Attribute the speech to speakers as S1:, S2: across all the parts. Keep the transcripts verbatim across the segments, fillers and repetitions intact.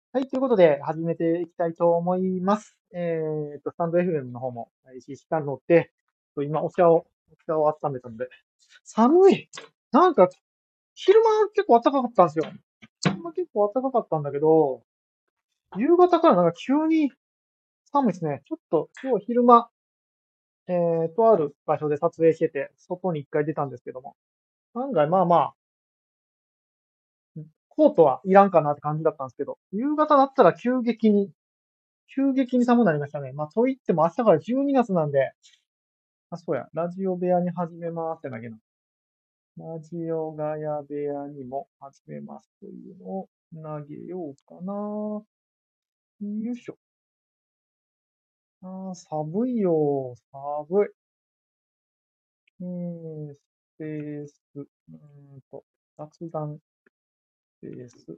S1: はい、ということで、始めていきたいと思います。えっと、スタンド エフエム の方も、いちじかん乗って、今、お茶を、お茶を温めたので、寒いなんか、昼間結構暖かかったんですよ。昼間結構暖かかったんだけど、夕方からなんか急に寒いですね。ちょっと、今日昼間、えー、とある場所で撮影してて、外に一回出たんですけども、案外まあまあ、コートはいらんかなって感じだったんですけど、夕方だったら急激に急激に寒くなりましたね。まあ、と言っても明日からじゅうにがつなんで、あ、そうや、ラジオ部屋に始めますって投げな。ラジオガヤ部屋にも始めますというのを投げようかな。よいしょ。あー、寒いよ。寒い。えー、スペース、うーんと、雑談スペース。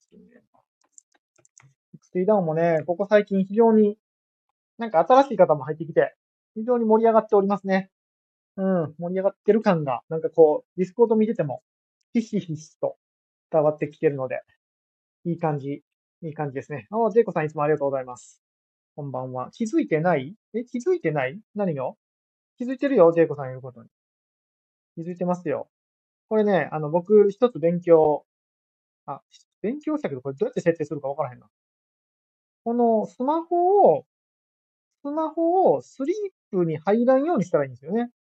S1: エクスティダウンもね、ここ最近非常になんか新しい方も入ってきて、非常に盛り上がっておりますね。うん、盛り上がってる感が、なんかこう、ディスコード見てても、ひしひしと伝わってきてるので、いい感じ、いい感じですね。ああ、ジェイコさんいつもありがとうございます。こんばんは。気づいてないえ、気づいてない何が気づいてるよ、ジェイコさんいることに。気づいてますよ。これね、あの、僕一つ勉強、あ、勉強したけど、これどうやって設定するかわからへんな。このスマホを、スマホをスリープに入らんようにしたらいいんですよね。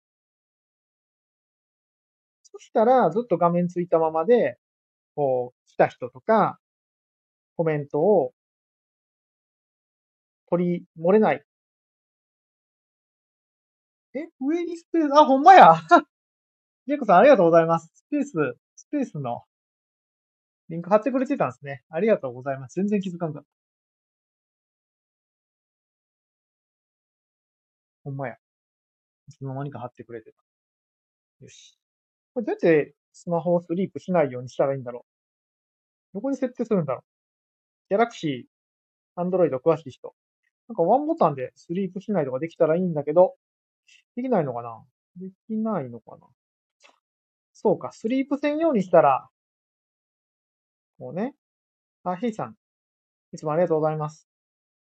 S1: そしたら、ずっと画面ついたままで、こう、来た人とか、コメントを取り漏れない。え、上にスペース、あ、ほんまや。ジェイコさんありがとうございます。スペース、スペースのリンク貼ってくれてたんですね。ありがとうございます。全然気づかんかった。ほんまや。いつの間にか貼ってくれてた。よし。これどうやってスマホをスリープしないようにしたらいいんだろう。どこに設定するんだろう。ギャラクシー、アンドロイド詳しい人。なんかワンボタンでスリープしないとかできたらいいんだけど、できないのかなできないのかなそうか、スリープ専用にしたら、こうね。あ、ヘイさん、いつもありがとうございます。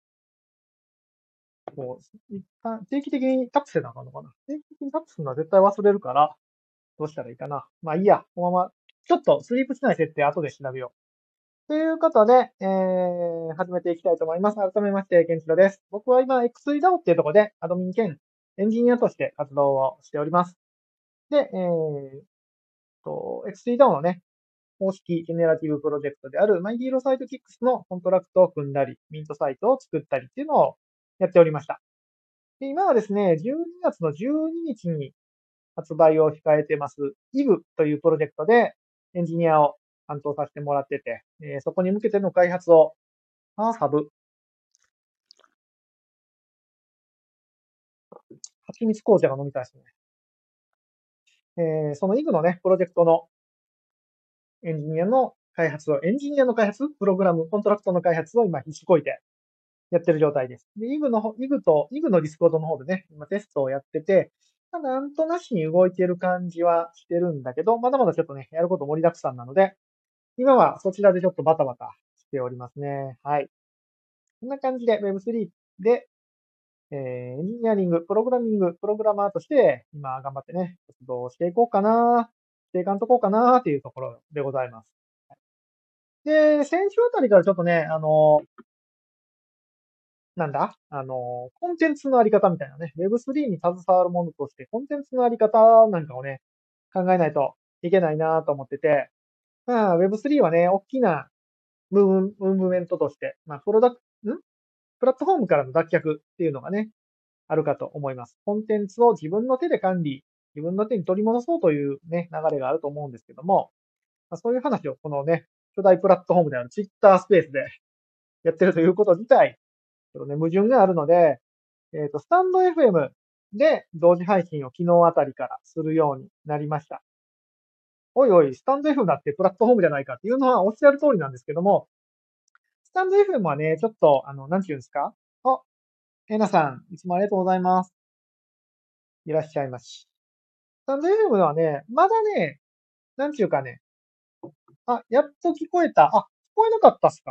S1: こう、一旦定期的にタップせなあかんのかな。定期的にタップするのは絶対忘れるから、どうしたらいいかな。まあいいや、このまま、ちょっとスリープしない設定後で調べよう。ということで、えー、始めていきたいと思います。改めまして、ケンチロです。僕は今、エックススリーダオ っていうところで、アドミン兼エンジニアとして活動をしております。で、えーと、エックススリーダオ のね、公式ジェネラティブプロジェクトである マイヒーローサイトキックスのコントラクトを組んだり、ミントサイトを作ったりっていうのをやっておりました。で今はですね、じゅうにがつのじゅうににちに発売を控えてます、イグ というプロジェクトでエンジニアを担当させてもらってて、えーそこに向けての開発を、あー、サブ、蜂蜜紅茶が飲みたいですね。えーその イグ のね、プロジェクトのエンジニアの開発を、エンジニアの開発プログラム、コントラクトの開発を今必死こいてやってる状態です。で、イグの、イグと、イグのディスコードの方でね、今テストをやってて、まあ、なんとなしに動いてる感じはしてるんだけど、まだまだちょっとね、やること盛りだくさんなので、今はそちらでちょっとバタバタしておりますね。はい。こんな感じで ウェブスリー で、えー、エンジニアリング、プログラミング、プログラマーとして、今頑張ってね、活動していこうかな、していかんとこうかなっていうところでございます。で、先週あたりからちょっとね、あの、なんだあの、コンテンツのあり方みたいなね、ウェブスリー に携わるものとして、コンテンツのあり方なんかをね、考えないといけないなと思ってて、まあ、ウェブスリー はね、大きなムーブ、ムーブメントとして、まあ、プロダク、んプラットフォームからの脱却っていうのがね、あるかと思います。コンテンツを自分の手で管理、自分の手に取り戻そうというね、流れがあると思うんですけども、まあ、そういう話をこのね、巨大プラットフォームである Twitter スペースでやってるということ自体、ちょっとね、矛盾があるので、えっと、スタンド エフエム で同時配信を昨日あたりからするようになりました。おいおい、スタンド エフエム だってプラットフォームじゃないかっていうのはおっしゃる通りなんですけども、スタンド エフエム はね、ちょっと、あの、なんていうんですかあ、えなさん、いつもありがとうございます。いらっしゃいまし。スタンド エフエム はね、まだね、なんていうかね、あ、やっと聞こえた。あ、聞こえなかったっすか聞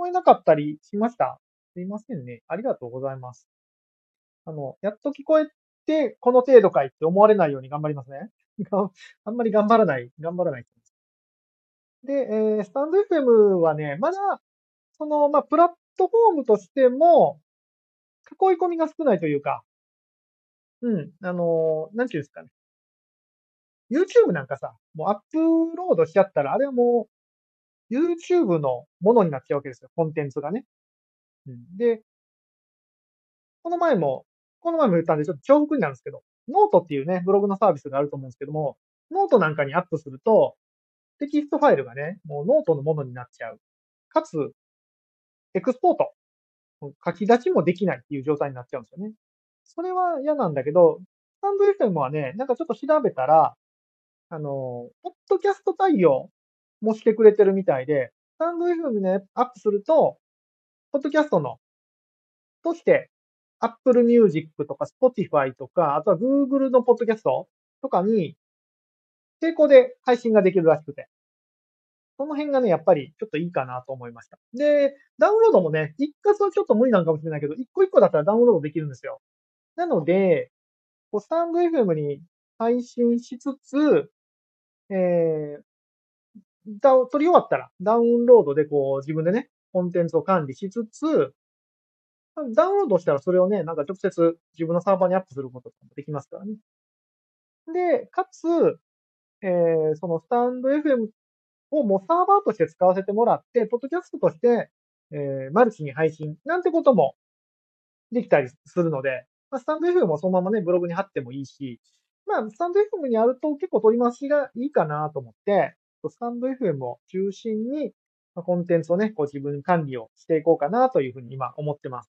S1: こえなかったりしました？すいませんね。ありがとうございます。あの、やっと聞こえて、この程度かいって思われないように頑張りますね。があんまり頑張らない、頑張らない。で、えー、スタンド エフエム はね、まだ、その、まあ、プラットフォームとしても、囲い込みが少ないというか、うん、あのーなんていうんですかね。YouTube なんかさ、もうアップロードしちゃったら、あれはもう YouTube のものになっちゃうわけですよ、コンテンツがね。うん、で、この前も、この前も言ったんでちょっと重複になるんですけど、ノートっていうね、ブログのサービスがあると思うんですけども、ノートなんかにアップすると、テキストファイルがね、もうノートのものになっちゃう。かつ、エクスポート、書き出しもできないっていう状態になっちゃうんですよね。それは嫌なんだけど、スタンド エフエム はね、なんかちょっと調べたら、あの、ポッドキャスト対応もしてくれてるみたいで、スタンド エフエム ね、アップすると、ポッドキャストの、として、Apple Music とか Spotify とか、あとは Google のポッドキャストとかに、並行で配信ができるらしくて。その辺がね、やっぱりちょっといいかなと思いました。で、ダウンロードもね、一括はちょっと無理なのかもしれないけど、一個一個だったらダウンロードできるんですよ。なので、こうスタンド エフエム に配信しつつ、えー、だ撮り終わったらダウンロードでこう自分でね、コンテンツを管理しつつ、ダウンロードしたらそれをね、なんか直接自分のサーバーにアップすることもできますからね。で、かつ、えー、そのスタンド エフエム をもうサーバーとして使わせてもらって、ポッドキャストとして、えー、マルチに配信なんてこともできたりするので、まあ、スタンド エフエム もそのままね、ブログに貼ってもいいし、まあ、スタンド エフエム にあると結構取り回しがいいかなと思って、スタンド エフエム を中心に、まあコンテンツをね、こう自分管理をしていこうかなというふうに今思ってます。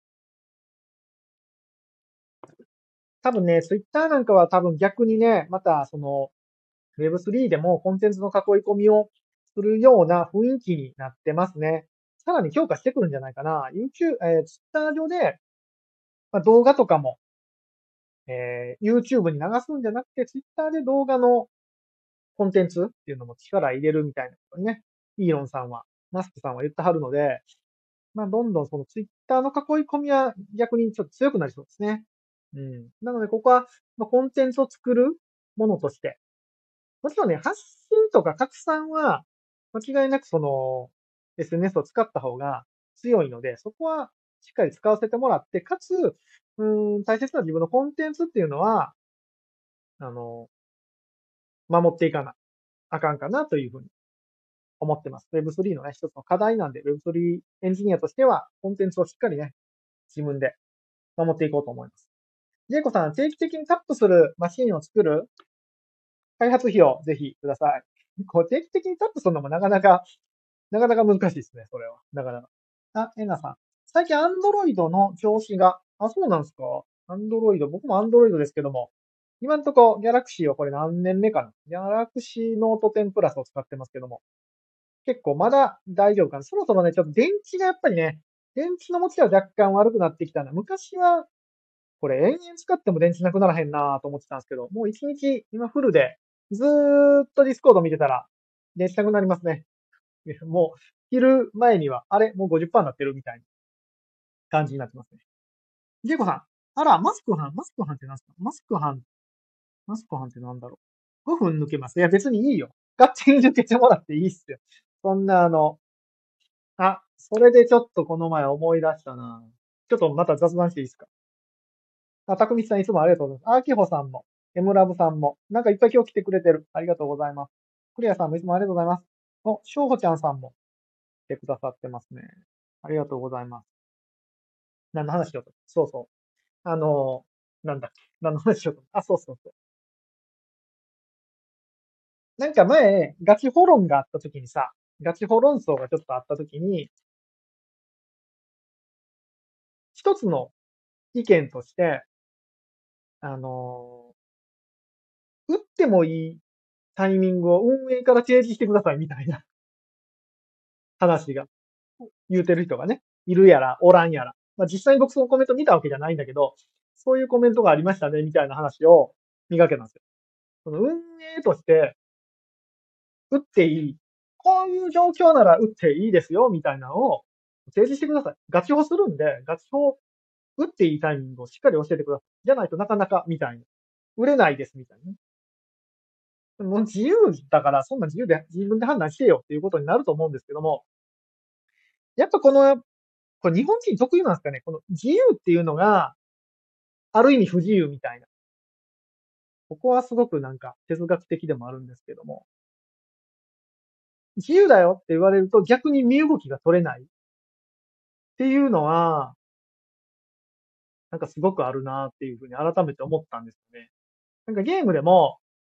S1: 多分ね、Twitter なんかは多分逆にね、またその ウェブスリー でもコンテンツの囲い込みをするような雰囲気になってますね。さらに強化してくるんじゃないかな。YouTube、えー、Twitter 上で、まあ、動画とかも、えー、YouTube に流すんじゃなくて、Twitter で動画のコンテンツっていうのも力入れるみたいなことにね、イーロンさんは、マスクさんは言ってはるので、まあ、どんどんその Twitter の囲い込みは逆にちょっと強くなりそうですね。うん。なので、ここは、まあ、コンテンツを作るものとして、もちろんね、発信とか拡散は、間違いなくその、エスエヌエス を使った方が強いので、そこはしっかり使わせてもらって、かつ、うん、大切な自分のコンテンツっていうのは、あの、守っていかな、あかんかなというふうに思ってます。ウェブスリー のね、一つの課題なんで、ウェブスリー エンジニアとしては、コンテンツをしっかりね、自分で守っていこうと思います。ジェイコさん、定期的にタップするマシンを作る開発費をぜひください。こう定期的にタップするのもなかなかなかなか難しいですね、それは。なかなか。あ、エナさん。最近アンドロイドの調子が、あ、そうなんですか？アンドロイド、僕もアンドロイドですけども、今んとこギャラクシーはこれ何年目かな？ギャラクシーノートテンプラスを使ってますけども、結構まだ大丈夫かな。そろそろね、ちょっと電池がやっぱりね、電池の持ちが若干悪くなってきたな。昔は、これ延々使っても電池なくならへんなと思ってたんですけど、もう一日今フルでずーっとディスコード見てたら電池なくなりますね。もう、昼前には、あれもうごじゅっパーセントになってるみたいな感じになってますね。ジェイコさん。あら、マスクハン、マスクハンって何すか？マスクハン、マスクハンって何だろう？ ご 分抜けます。いや、別にいいよ。勝手に抜けてもらっていいっすよ。そんなあの、あ、それでちょっとこの前思い出したな。ちょっとまた雑談していいですか？あ、たくみさんいつもありがとうございます。あきほさんも、エムラブさんも、なんかいっぱい今日来てくれてる。ありがとうございます。クリアさんもいつもありがとうございます。お、しょうほちゃんさんも来てくださってますね。ありがとうございます。何の話しようと。そうそう。あの、なんだっけ。何の話しようと。あ、そうそうそう。なんか前、ガチホロンがあった時にさ、ガチホ論争がちょっとあった時に、一つの意見として、あの、打ってもいいタイミングを運営から提示してくださいみたいな話が、言うてる人がね、いるやら、おらんやら。まあ実際に僕そのコメント見たわけじゃないんだけど、そういうコメントがありましたね、みたいな話を見かけたんですよ。その運営として、打っていい。こういう状況なら打っていいですよ、みたいなのを提示してください。ガチ法するんで、ガチ法打っていいタイミングをしっかり教えてください。じゃないとなかなか、みたいに。売れないです、みたいなね。もう自由だから、そんな自由で自分で判断してよっていうことになると思うんですけども、やっぱこの、これ日本人特有なんですかね。この自由っていうのが、ある意味不自由みたいな。ここはすごくなんか哲学的でもあるんですけども、自由だよって言われると逆に身動きが取れないっていうのは、なんかすごくあるなっていうふうに改めて思ったんですよね。なんかゲームでも、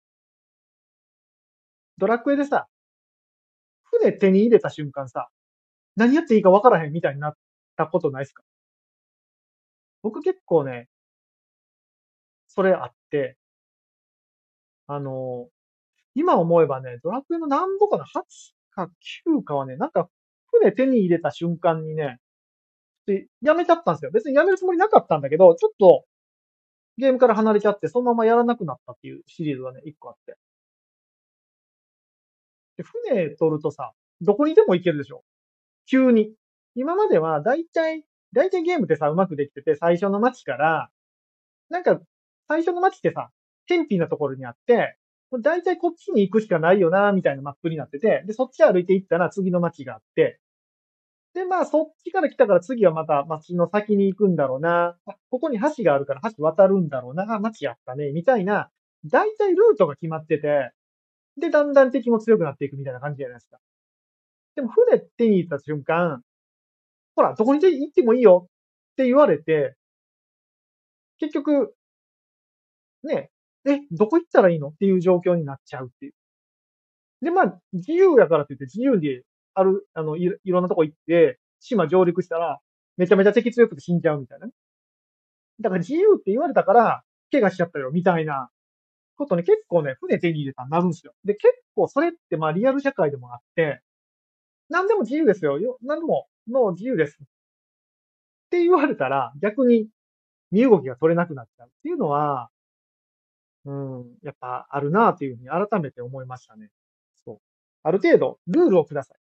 S1: ドラクエでさ、船手に入れた瞬間さ、何やっていいかわからへんみたいになったことないですか？僕結構ね、それあって、あの、今思えばね、ドラクエの何ぼかのはちかきゅうかはね、なんか船手に入れた瞬間にね、で、やめちゃったんですよ。別にやめるつもりなかったんだけど、ちょっとゲームから離れちゃって、そのままやらなくなったっていうシリーズがね、一個あって。で、船取るとさ、どこにでも行けるでしょ？急に。今まではだいたい、だいたいゲームってさ、うまくできてて、最初の街から、なんか、最初の街ってさ、偏僻なところにあって、だいたいこっちに行くしかないよな、みたいなマップになってて、で、そっち歩いて行ったら次の街があって、で、まあ、そっちから来たから次はまた街の先に行くんだろうな。あ、ここに橋があるから橋渡るんだろうな。あ、街やったね。みたいな、だいたいルートが決まってて、で、だんだん敵も強くなっていくみたいな感じじゃないですか。でも船手に入れた瞬間、ほら、どこに行ってもいいよって言われて、結局、ね、え、どこ行ったらいいのっていう状況になっちゃうっていう。で、まあ、自由やからって言って自由で、ある、あの、いいろんなとこ行って、島上陸したら、めちゃめちゃ敵強くて死んじゃうみたいなね。だから自由って言われたから、怪我しちゃったよ、みたいなことに結構ね、船手に入れたらなるんですよ。で、結構それってまあリアル社会でもあって、何でも自由ですよ。よ、何でも、もう自由です。って言われたら、逆に身動きが取れなくなっちゃうっていうのは、うん、やっぱあるなっていうふうに改めて思いましたね。そう。ある程度、ルールをください。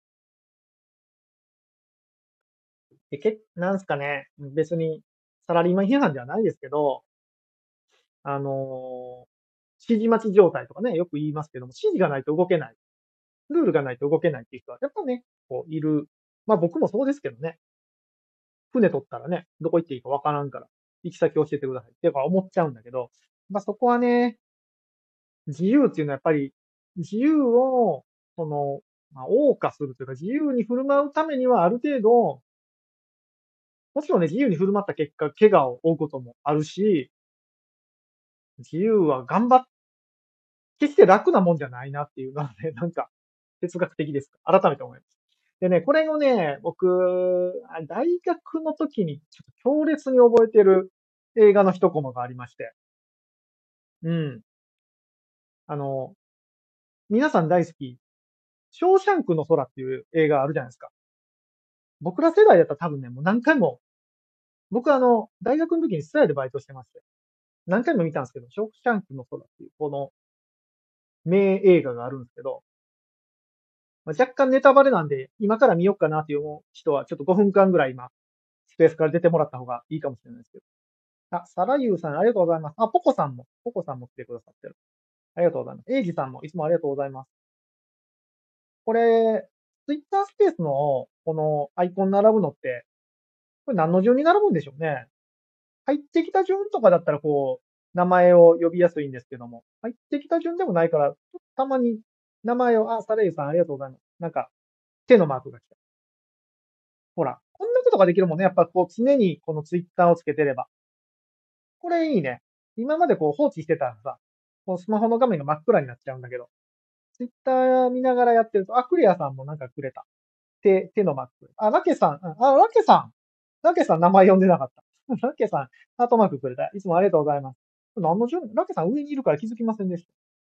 S1: で、け、なんすかね、別にサラリーマン批判ではないですけど、あのー指示待ち状態とかね、よく言いますけども、指示がないと動けない。ルールがないと動けないっていう人は、やっぱね、こう、いる。まあ僕もそうですけどね。船取ったらね、どこ行っていいかわからんから、行き先教えてくださいっていうか思っちゃうんだけど、まあそこはね、自由っていうのはやっぱり、自由を、その、まあ、謳歌するというか、自由に振る舞うためにはある程度、もちろんね、自由に振る舞った結果、怪我を負うこともあるし、自由は頑張っ、決して楽なもんじゃないなっていうのはね、なんか、哲学的です。改めて思います。でね、これをね、僕、大学の時にちょっと強烈に覚えてる映画の一コマがありまして、うん。あの、皆さん大好き、ショーシャンクの空っていう映画あるじゃないですか。僕ら世代だったら多分ね、もう何回も、僕あの、大学の時にスタヤでバイトしてまして、何回も見たんですけど、ショーシャンクの空っていう、この名映画があるんですけど、まあ、若干ネタバレなんで、今から見ようかなっていう人は、ちょっとごふんかんぐらい今、スペースから出てもらった方がいいかもしれないですけど。あ、サラユーさんありがとうございます。あ、ポコさんも、ポコさんも来てくださってる。ありがとうございます。エイジさんもいつもありがとうございます。これ、ツイッタースペースの、このアイコン並ぶのって、これ何の順に並ぶんでしょうね。入ってきた順とかだったらこう、名前を呼びやすいんですけども、入ってきた順でもないから、たまに名前を、あ、サレイユさんありがとうございます。なんか、手のマークが来た。ほら、こんなことができるもんね。やっぱこう、常にこのツイッターをつけてれば。これいいね。今までこう放置してたらさ、こうスマホの画面が真っ暗になっちゃうんだけど、ツイッター見ながらやってると、あ、クリアさんもなんかくれた。手、手のマーク。あ、ラケさん、あ、ラケさん。ラケさん名前呼んでなかった。ラケさん、ハートマークくれた。いつもありがとうございます。何の順、ラケさん上にいるから気づきませんでした。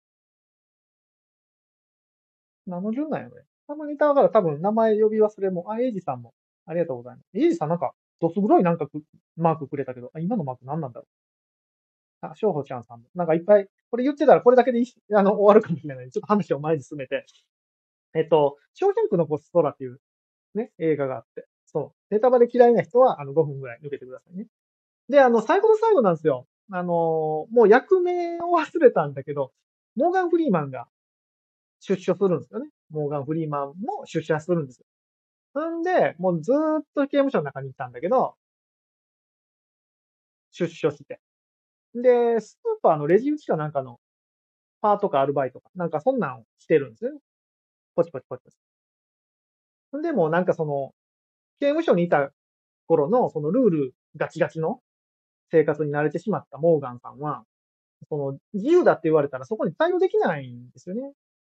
S1: 何の順なんやろね。たまにだから多分名前呼び忘れも、あ、エイジさんも。ありがとうございます。エイジさんなんか、どす黒いなんかくマークくれたけど、あ、今のマーク何なんだろう。あ、しょうほちゃんさんも。なんかいっぱい、これ言ってたらこれだけでいいあの、終わるかもしれない。ちょっと話を前に進めて。えっと、ショーシャンクのコストラっていうね、映画があって。 そう。ネタバレ嫌いな人は、あの、ごふんぐらい抜けてくださいね。で、あの、最後の最後なんですよ。あのーもう役名を忘れたんだけど、モーガン・フリーマンが出所するんですよね。モーガン・フリーマンも出社するんですよ。そんで、もうずーっと刑務所の中にいたんだけど、出所して。で、スーパーのレジ打ちかなんかのパートかアルバイトか、なんかそんなんをしてるんですよね。ポチポチポチポチ。んで、もうなんかその、刑務所にいた頃のそのルールガチガチの生活に慣れてしまったモーガンさんは、その自由だって言われたらそこに対応できないんですよね。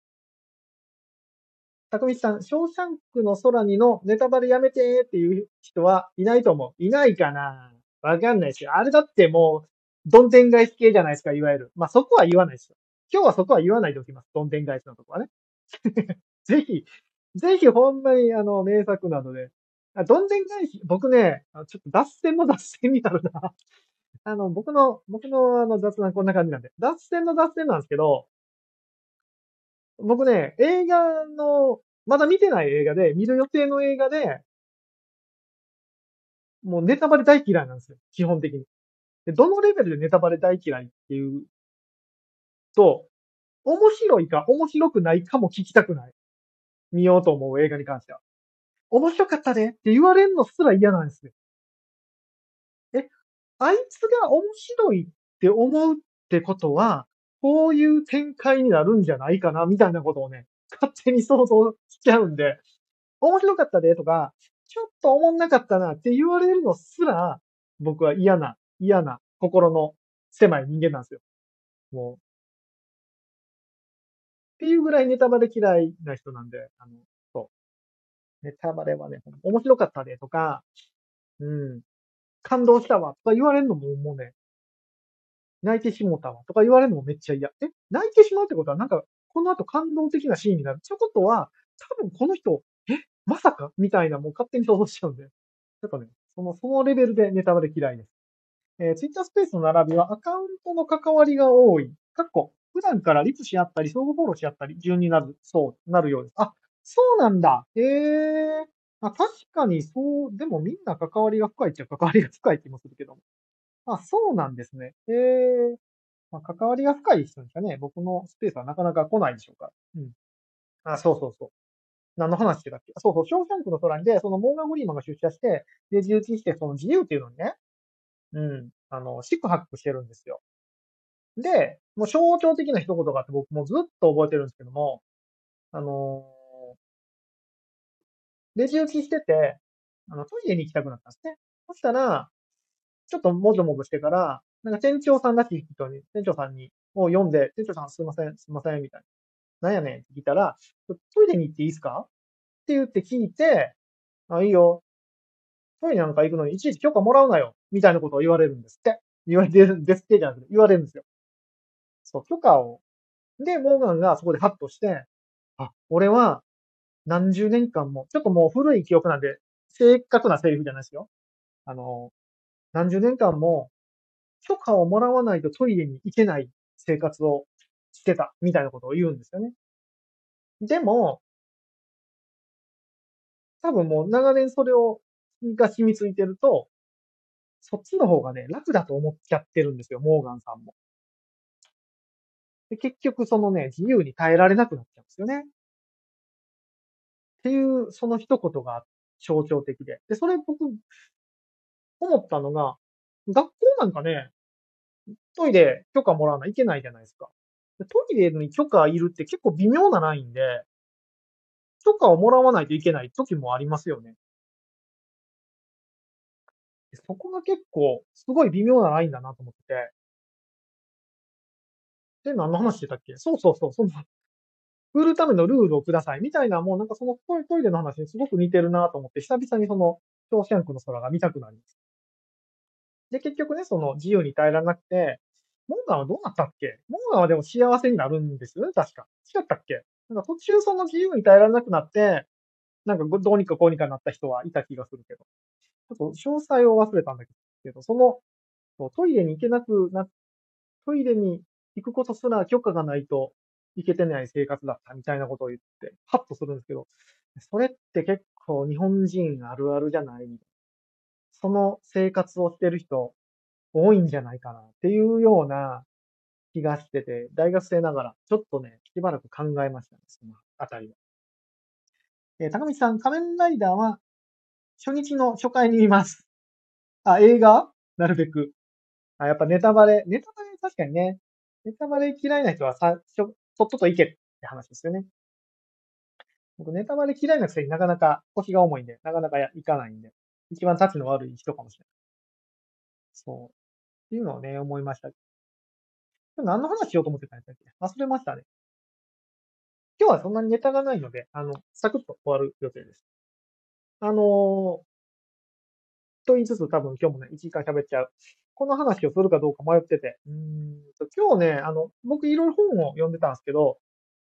S1: たくみさん、ショーシャンクの空にのネタバレやめてっていう人はいないと思う。いないかなわかんないですよ。あれだってもう、どんでん返し系じゃないですか、いわゆる。まあ、そこは言わないですよ。今日はそこは言わないでおきます。どんでん返しのとこはね。ぜひ、ぜひほんまにあの、名作なので。あどんでん返し、僕ね、あちょっと脱線の脱線になるな。あの、僕の、僕のあの雑談こんな感じなんで。脱線の脱線なんですけど、僕ね、映画の、まだ見てない映画で、見る予定の映画で、もうネタバレ大嫌いなんですよ。基本的に。で、どのレベルでネタバレ大嫌いっていうと、面白いか面白くないかも聞きたくない。見ようと思う映画に関しては。面白かったでって言われるのすら嫌なんですよ。え、あいつが面白いって思うってことは、こういう展開になるんじゃないかな、みたいなことをね、勝手に想像しちゃうんで、面白かったでとか、ちょっと思んなかったなって言われるのすら、僕は嫌な、嫌な心の狭い人間なんですよ。もう、っていうぐらいネタバレ嫌いな人なんで、あの、そう。ネタバレはね、面白かったでとか、うん、感動したわとか言われるのももうね、泣いてしもたわとか言われるのもめっちゃ嫌。え、泣いてしまうってことはなんか、この後感動的なシーンになる。ってことは、多分この人、え、まさかみたいなもう勝手に想像しちゃうんで。ちょっとね、その、そのレベルでネタバレ嫌いです。えー、Twitter スペースの並びはアカウントの関わりが多い。かっこ、普段からリプし合ったり、相互フォローし合ったり、順になる、そう、なるようです。あ、そうなんだ。へえ。あ、確かにそう、でもみんな関わりが深いっちゃ関わりが深い気もするけども。あ、そうなんですね。へえ。まあ、関わりが深い人にしかね、僕のスペースはなかなか来ないでしょうから。うん。あ、そうそうそう。何の話してたっけ？そうそう、ショーシャンクの空にで、そのモーガン・フリーマンが出社して、で、自由記して、その自由っていうのにね、うん、あの、四苦八苦してるんですよ。で、もう象徴的な一言があって僕もずっと覚えてるんですけども、あのーレジ打ちしてて、あの、トイレに行きたくなったんですね。そしたら、ちょっともぞもぞしてから、なんか店長さんらしい人に、店長さんに、を読んで、店長さんすいません、すいません、みたいな。なんやねんって聞いたら、トイレに行っていいですかって言って聞いて、あ、いいよ。トイレなんか行くのにいちいち許可もらうなよ。みたいなことを言われるんですって。言われてるんですってじゃなくて、言われるんですよ。そう、許可を。で、モーガンがそこでハッとして、あ、俺は何十年間も、ちょっともう古い記憶なんで、正確なセリフじゃないですよ。あの、何十年間も許可をもらわないとトイレに行けない生活をしてた、みたいなことを言うんですよね。でも、多分もう長年それを、が染みついてると、そっちの方がね、楽だと思っちゃってるんですよ、モーガンさんも。で、結局そのね、自由に耐えられなくなっちゃうんですよね。っていう、その一言が象徴的で。で、それ僕、思ったのが、学校なんかね、トイレ許可もらわないといけないじゃないですか。トイレに許可いるって結構微妙なラインで、許可をもらわないといけない時もありますよね。そこが結構、すごい微妙なラインだなと思ってて。で、何の話してたっけ？そうそうそう、その、売るためのルールをくださいみたいな、もうなんかそのトイトイレの話にすごく似てるなと思って、久々にその、ショーシャンクの空が見たくなります。で、結局ね、その自由に耐えられなくて、モーガンはどうなったっけ？モーガンはでも幸せになるんですよね、確か。違ったっけ？なんか途中その自由に耐えられなくなって、なんかどうにかこうにかなった人はいた気がするけど。ちょっと詳細を忘れたんだけど、その、トイレに行けなくな、トイレに行くことすら許可がないといけてない生活だったみたいなことを言って、ハッとするんですけど、それって結構日本人あるあるじゃない。その生活をしてる人多いんじゃないかなっていうような気がしてて、大学生ながら、ちょっとね、しばらく考えましたね、そのあたりは。えー高道さん、仮面ライダーは初日の初回に見ます。あ、映画なるべく。あ、やっぱネタバレ、ネタバレ確かにね、ネタバレ嫌いな人はさ、ちょ、とっとと行けって話ですよね。僕ネタバレ嫌いなくせになかなか腰が重いんで、なかなかや行かないんで、一番立ちの悪い人かもしれない。そう。っていうのをね、思いました。何の話しようと思ってたんですっけ忘れましたね。今日はそんなにネタがないので、あの、サクッと終わる予定です。あのー、と言いつつ多分今日もね、いちじかん喋っちゃう。この話をするかどうか迷ってて。うーんと、今日ね、あの、僕いろいろ本を読んでたんですけど、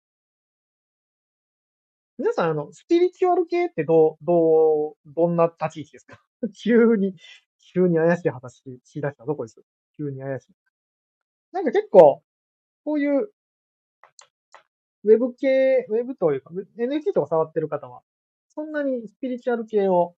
S1: 皆さん、あの、スピリチュアル系ってどう、どう、どんな立ち位置ですか？急に、急に怪しい話しだしたどこです？急に怪しい。なんか結構、こういうウェブ系、ウェブというか、エヌエフティー とか触ってる方は、そんなにスピリチュアル系を、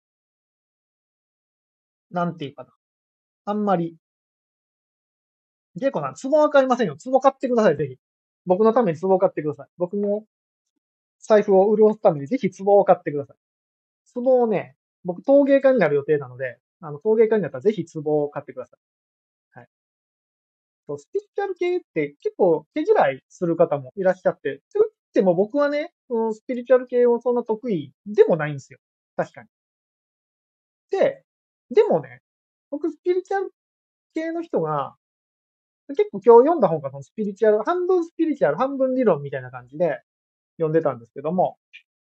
S1: なんていうかな。あんまり、結構な、壺わかりませんよ。壺買ってください、ぜひ。僕のために壺買ってください。僕の財布を潤すためにぜひ壺を買ってください。壺をね、僕陶芸家になる予定なので、あの、陶芸家になったらぜひ壺を買ってください。はい。そうスピリチュアル系って結構手嫌いする方もいらっしゃって、と言っても僕はね、そのスピリチュアル系をそんな得意でもないんですよ。確かに。で、でもね、僕スピリチュアル系の人が、結構今日読んだ本がそのスピリチュアル、半分スピリチュアル、半分理論みたいな感じで読んでたんですけども、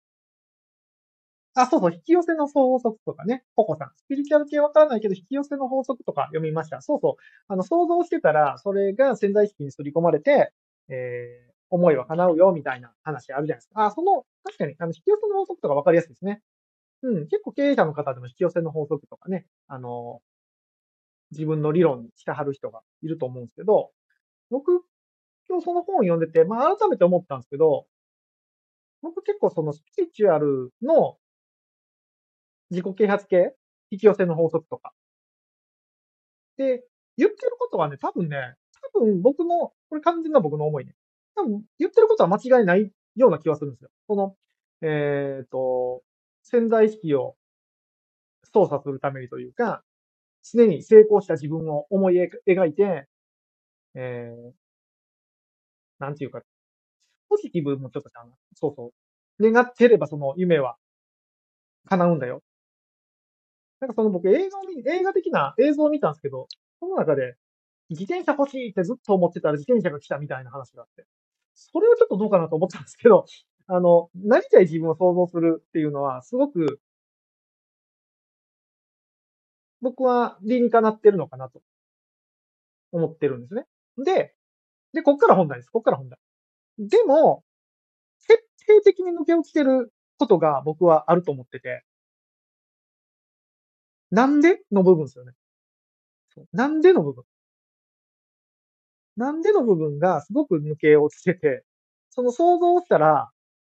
S1: あ、そうそう、引き寄せの法則とかね、ココさん。スピリチュアル系わからないけど、引き寄せの法則とか読みました。そうそう。あの、想像してたら、それが潜在意識に刷り込まれて、えー、思いは叶うよ、みたいな話あるじゃないですか。あ、その、確かに、あの、引き寄せの法則とかわかりやすいですね。うん、結構経営者の方でも引き寄せの法則とかね、あの、自分の理論にしてはる人がいると思うんですけど、僕、今日その本を読んでて、まあ、改めて思ったんですけど、僕結構そのスピリチュアルの自己啓発系、引き寄せの法則とか、で、言ってることはね、多分ね、多分僕の、これ完全な僕の思いね。多分言ってることは間違いないような気がするんですよ。その、えっ、と、潜在意識を操作するためにというか、常に成功した自分を思い描いて、えー、なんていうか、ポジティブもちょっとちゃうな。そうそう。願ってればその夢は叶うんだよ。なんかその僕映画を見、映画的な映像を見たんですけど、その中で自転車欲しいってずっと思ってたら自転車が来たみたいな話があって、それはちょっとどうかなと思ったんですけど、あの、なりたい自分を想像するっていうのは、すごく僕は理にかなってるのかなと思ってるんですね。で、で、こっから本題です。こっから本題。でも、徹底的に抜け落ちてることが僕はあると思ってて、なんでの部分ですよね。なんでの部分。なんでの部分がすごく抜け落ちてて、その想像をしたら、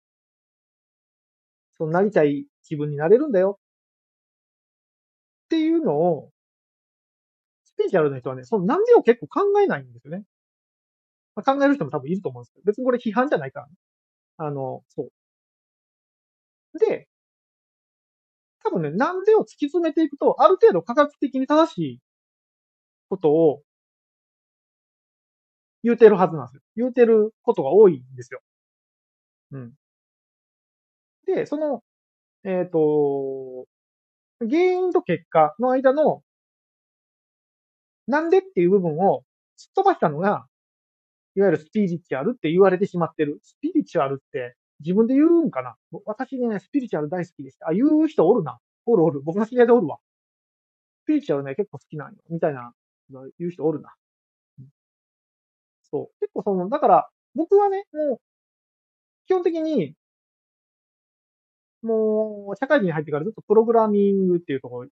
S1: そのなりたい自分になれるんだよっていうのを、スピリチュアルな人はね、そのなんでを結構考えないんですよね。まあ、考える人も多分いると思うんですけど、別にこれ批判じゃないからね。あの、そう。で、多分ね、なんでを突き詰めていくと、ある程度科学的に正しいことを言うてるはずなんですよ。言うてることが多いんですよ。うん。で、その、えっ、と、原因と結果の間の、なんでっていう部分をすっ飛ばしたのが、いわゆるスピリチュアルって言われてしまってる。スピリチュアルって自分で言うんかな？私ね、スピリチュアル大好きでした。あ、言う人おるな。おるおる。僕の知り合いでおるわ。スピリチュアルね、結構好きなんよ。みたいな、言う人おるな。そう。結構その、だから、僕はね、もう、基本的に、もう、社会人に入ってからずっとプログラミングっていうところを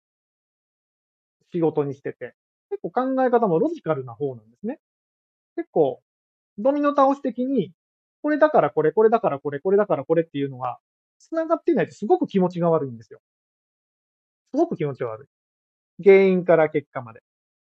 S1: 仕事にしてて、結構考え方もロジカルな方なんですね。結構、ドミノ倒し的に、これだからこれ、これだからこれ、これだからこれっていうのが繋がってないとすごく気持ちが悪いんですよ。すごく気持ちが悪い。原因から結果まで。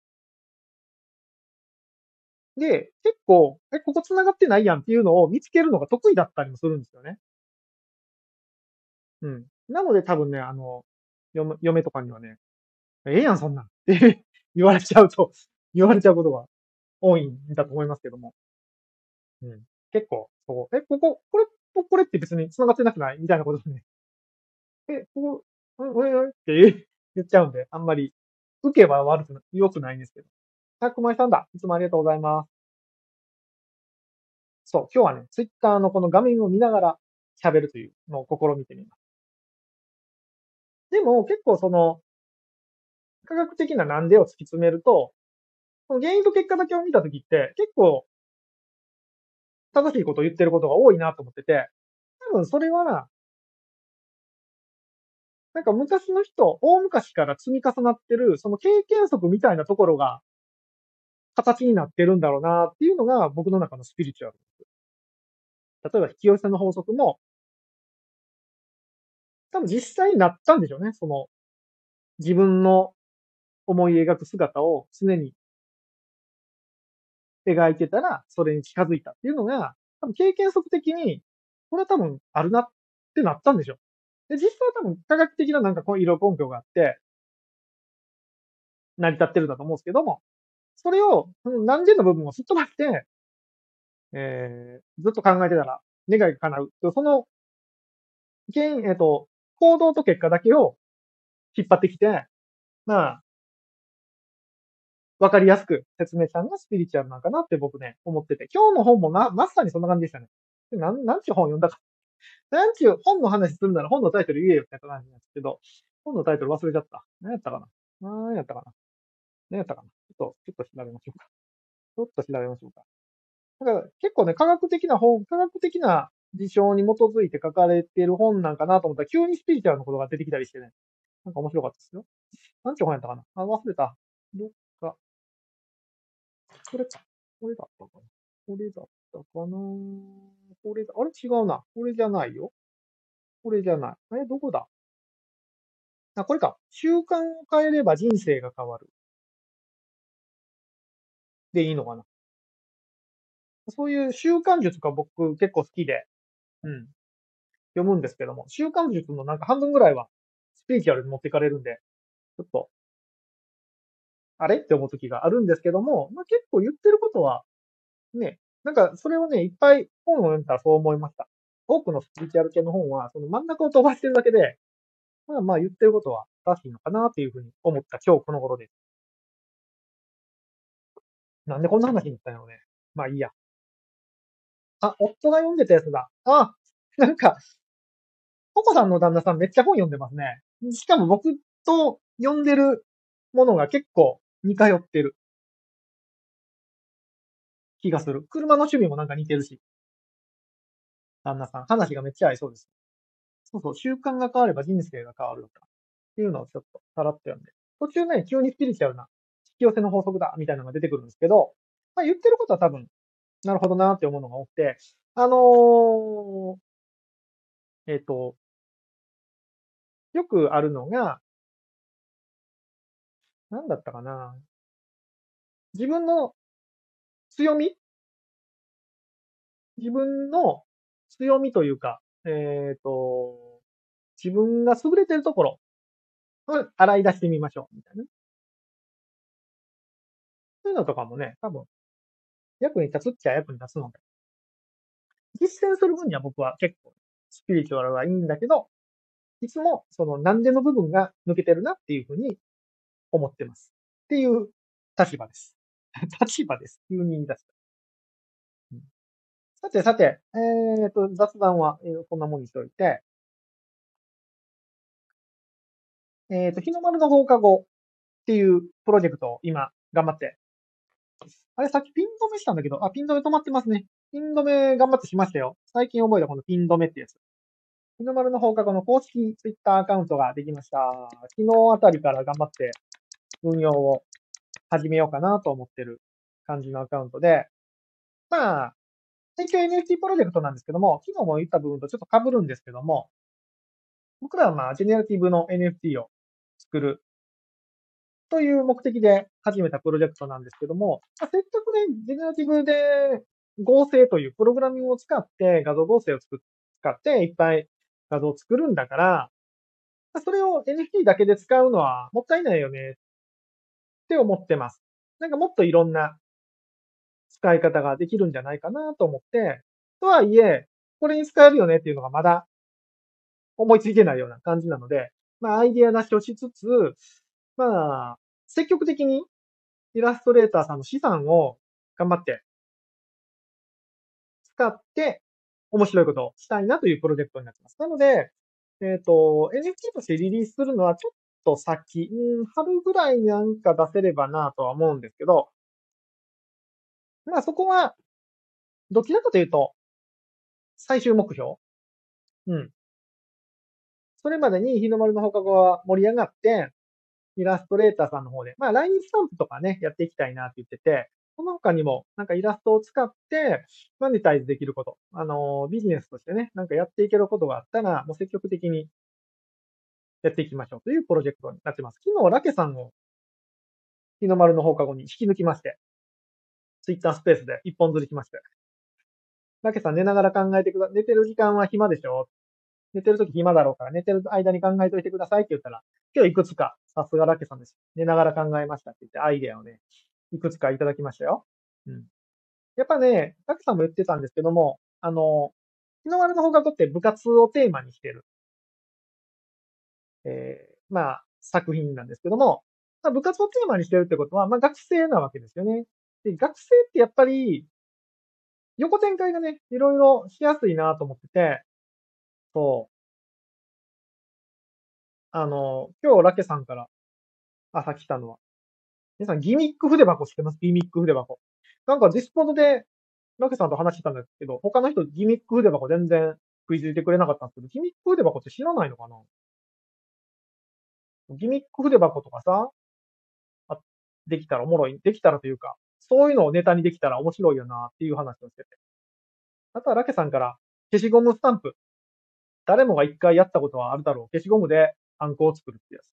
S1: で、結構、え、ここ繋がってないやんっていうのを見つけるのが得意だったりもするんですよね。うん。なので多分ね、あの、嫁嫁とかにはね、ええやん、そんなんって言われちゃうと、言われちゃうことが多いんだと思いますけども。うん。結構、そう、え、ここ、これとこれって別に繋がってなくないみたいなことでね。え、ここ、うん、うん、って言っちゃうんで、あんまり、受けは悪くな、良くないんですけど。あ、熊井さんだ。いつもありがとうございます。そう、今日はね、ツイッターのこの画面を見ながら喋るというのを試みてみます。でも、結構その、科学的ななんでを突き詰めると、その原因と結果だけを見たときって、結構正しいことを言ってることが多いなと思ってて、多分それはな、なんか昔の人、大昔から積み重なってる、その経験則みたいなところが形になってるんだろうなっていうのが僕の中のスピリチュアル。例えば引き寄せの法則も、多分実際になったんでしょうね。その自分の思い描く姿を常に描いてたら、それに近づいたっていうのが、多分経験則的に、これは多分あるなってなったんでしょう。で、実際は多分科学的ななんかこう色根拠があって、成り立ってるんだと思うんですけども、それを、その何での部分をすっ飛ばして、えー、ずっと考えてたら、願いが叶う。その、原因、えっ、と、行動と結果だけを引っ張ってきて、まあ、わかりやすく説明したのがスピリチュアルなんかなって僕ね、思ってて。今日の本もな、まさにそんな感じでしたね。なん、なんちゅう本読んだか。なんちゅう本の話するなら本のタイトル言えよって感じなんですけど、本のタイトル忘れちゃった。何やったかな何やったかな何やったかなちょっと、ちょっと調べましょうか。ちょっと調べましょうか。だから結構ね、科学的な本、科学的な事象に基づいて書かれている本なんかなと思ったら、急にスピリチュアルのことが出てきたりしてね、なんか面白かったですよ。なんちゅう本やったかなあ、忘れた。どっか、これか。これだったかなこれだったかなこれだ、あれ違うな。これじゃないよ。これじゃない。え、どこだあ、これか。習慣を変えれば人生が変わる。でいいのかな。そういう習慣術が僕結構好きで、うん、読むんですけども、習慣術のなんか半分ぐらいはスピリチュアルに持っていかれるんで、ちょっと、あれって思う時があるんですけども、まあ、結構言ってることは、ね、なんかそれをね、いっぱい本を読んだらそう思いました。多くのスピリチュアル系の本は、その真ん中を飛ばしてるだけで、まあまあ言ってることは正しいのかなっていうふうに思った今日この頃です。なんでこんな話になったんやろうね。まあいいや。あ、夫が読んでたやつだ。あ、なんか、ココさんの旦那さんめっちゃ本読んでますね。しかも僕と読んでるものが結構似通ってる気がする。車の趣味もなんか似てるし、旦那さん。話がめっちゃ合いそうです。そうそう、習慣が変われば人生が変わるとか。っていうのをちょっとさらっと読んで。途中ね、急にスピリチュアルな引き寄せの法則だみたいなのが出てくるんですけど、まあ言ってることは多分、なるほどなって思うのが多くて、あのー、えっと、よくあるのが、なんだったかな。自分の強み自分の強みというか、えっと、自分が優れてるところを洗い出してみましょう、みたいな。そういうのとかもね、多分、役に立つっちゃ役に立つので、実践する分には僕は結構、スピリチュアルはいいんだけど、いつも、その、なんでの部分が抜けてるなっていうふうに思ってます。っていう立場です。立場です。急に言い出した。うん、さてさて、えっと、雑談は、えーこんなもんにしておいて、えっと、日の丸の放課後っていうプロジェクトを今頑張って、あれさっきピン止めしたんだけど、あ、ピン止め止まってますね。ピン止め頑張ってしましたよ。最近覚えたこのピン止めってやつ。日の丸の放課後の公式ツイッターアカウントができました。昨日あたりから頑張って運用を始めようかなと思ってる感じのアカウントで、まあ、一応 エヌエフティー プロジェクトなんですけども、昨日も言った部分とちょっと被るんですけども、 僕らはまあ、ジェネラティブの エヌエフティー を作るという目的で始めたプロジェクトなんですけども、まあ、せっかくね、ジェネラティブで合成というプログラミングを使って画像合成を作っ使っていっぱい画像を作るんだから、それを エヌエフティー だけで使うのはもったいないよねって思ってます。なんかもっといろんな使い方ができるんじゃないかなと思って、とはいえ、これに使えるよねっていうのがまだ思いついてないような感じなので、まあアイディア出しをしつつ、まあ、積極的にイラストレーターさんの資産を頑張って使って面白いことをしたいなというプロジェクトになってます。なので、えっ、と、エヌエフティー としてリリースするのはちょっと先、うん、春ぐらいになんか出せればなとは思うんですけど、まあそこは、どちらかというと、最終目標。うん。それまでに日の丸の放課後は盛り上がって、イラストレーターさんの方で、まあ、ラインスタンプとかね、やっていきたいなって言ってて、その他にも、なんかイラストを使って、マネタイズできること、あの、ビジネスとしてね、なんかやっていけることがあったら、もう積極的にやっていきましょうというプロジェクトになってます。昨日、ラケさんを日の丸の放課後に引き抜きまして、ツイッタースペースで一本釣りしまして、ラケさん寝ながら考えてくだ、寝てる時間は暇でしょ、寝てる時暇だろうから、寝てる間に考えといてくださいって言ったら、今日いくつか、さすがラッケさんです。寝ながら考えましたって言ってアイデアをね、いくつかいただきましたよ。うん。やっぱね、ラッケさんも言ってたんですけども、あの、日の丸の放課後って部活をテーマにしてる、えー、まあ、作品なんですけども、まあ、部活をテーマにしてるってことは、まあ、学生なわけですよね。で、学生ってやっぱり、横展開がね、いろいろしやすいなと思ってて、そう、あの、今日ラケさんから朝来たのは、皆さんギミック筆箱知ってます？ギミック筆箱。なんかディスコードで、ラケさんと話してたんですけど、他の人ギミック筆箱全然食いついてくれなかったんですけど、ギミック筆箱って知らないのかな？ギミック筆箱とかさ、あ、できたらおもろい、できたらというか、そういうのをネタにできたら面白いよなっていう話をしてて。あとはラケさんから、消しゴムスタンプ。誰もが一回やったことはあるだろう。消しゴムでハンコを作るってやつ。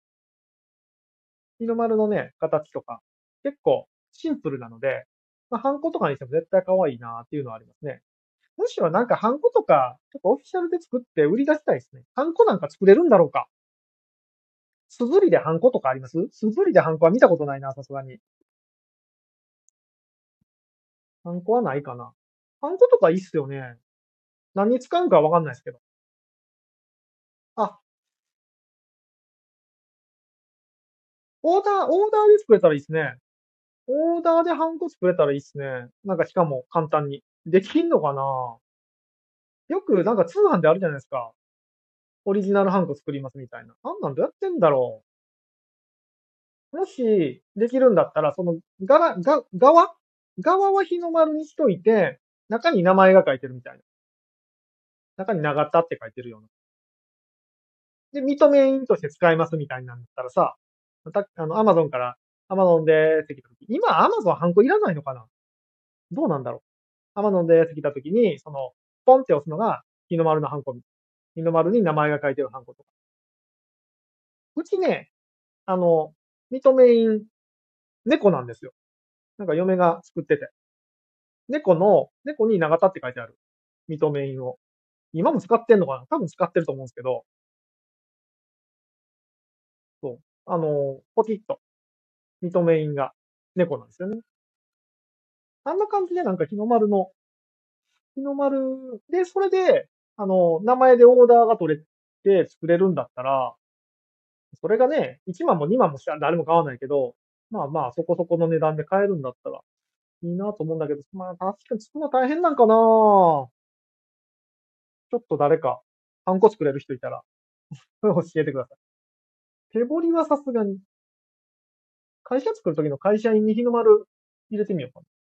S1: 日の丸のね、形とか、結構シンプルなので、まあ、ハンコとかにしても絶対可愛いなっていうのはありますね。むしろなんかハンコとか、ちょっとオフィシャルで作って売り出したいですね。ハンコなんか作れるんだろうか？すずりでハンコとかあります？すずりでハンコは見たことないな、さすがに。ハンコはないかな。ハンコとかいいっすよね。何に使うかわかんないですけど。あ、オーダー、オーダーで作れたらいいっすね。オーダーでハンコ作れたらいいっすね。なんかしかも簡単に。できんのかな？よくなんか通販であるじゃないですか。オリジナルハンコ作りますみたいな。あんなんどうやってんだろう。もし、できるんだったら、その、柄、が、側側は日の丸にしといて、中に名前が書いてるみたいな。中に長田って書いてるような。で、認め印として使えますみたいなんだったらさ、また、あの、アマゾンから、アマゾンでって来た時、今アマゾンハンコいらないのかな？どうなんだろう。アマゾンでって来た時に、その、ポンって押すのが、日の丸のハンコ。日の丸に名前が書いてるハンコとか。うちね、あの、認め印、猫なんですよ。なんか嫁が作ってて。猫の、猫に長田って書いてある。認め印を。今も使ってんのかな？多分使ってると思うんですけど、そう。あの、ポキッと、認め印が猫なんですよね。あんな感じでなんか日の丸の、日の丸で、それで、あの、名前でオーダーが取れて作れるんだったら、それがね、いちまんもにまんもしたら誰も買わないけど、まあまあ、そこそこの値段で買えるんだったら、いいなと思うんだけど、まあ確かに作るの大変なんかな？ちょっと誰か、ハンコ作れる人いたら、教えてください。手彫りはさすがに、会社作るときの会社員に日の丸入れてみようかな。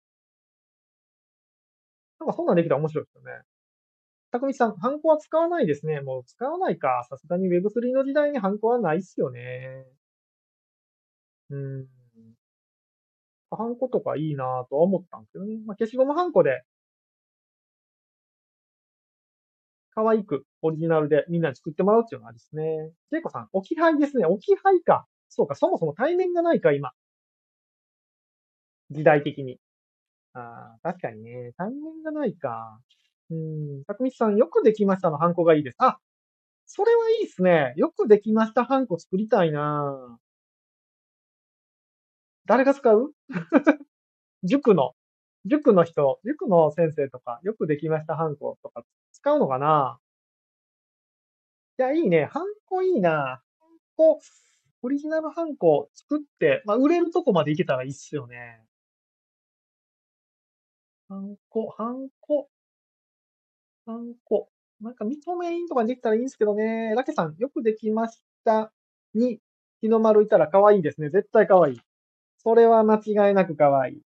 S1: なんかそんなんできたら面白いですよね。たくみさん、ハンコは使わないですね。もう使わないか。さすがに ウェブスリー の時代にハンコはないっすよね。うん。ハンコとかいいなぁとは思ったんですけどね。まあ、消しゴムハンコで可愛くオリジナルでみんなに作ってもらうっていうのはありですね。ジェイコさん、置き配ですね。置き配か。そうか、そもそも対面がないか、今。時代的に。ああ、確かにね。対面がないか。うん。たくみさん、よくできましたのハンコがいいです。あ、それはいいですね。よくできましたハンコ作りたいな。誰が使う？塾の、塾の人、塾の先生とか、よくできましたハンコとか使うのかな？いや、いいね。ハンコいいな。ハンコ、オリジナルハンコ作って、まあ、売れるとこまでいけたらいいっすよね。ハンコ、ハンコ、ハンコ。なんか認め印とかにできたらいいんですけどね。ラケさん、よくできましたに、日の丸いたら可愛いですね。絶対可愛い。それは間違いなく可愛い。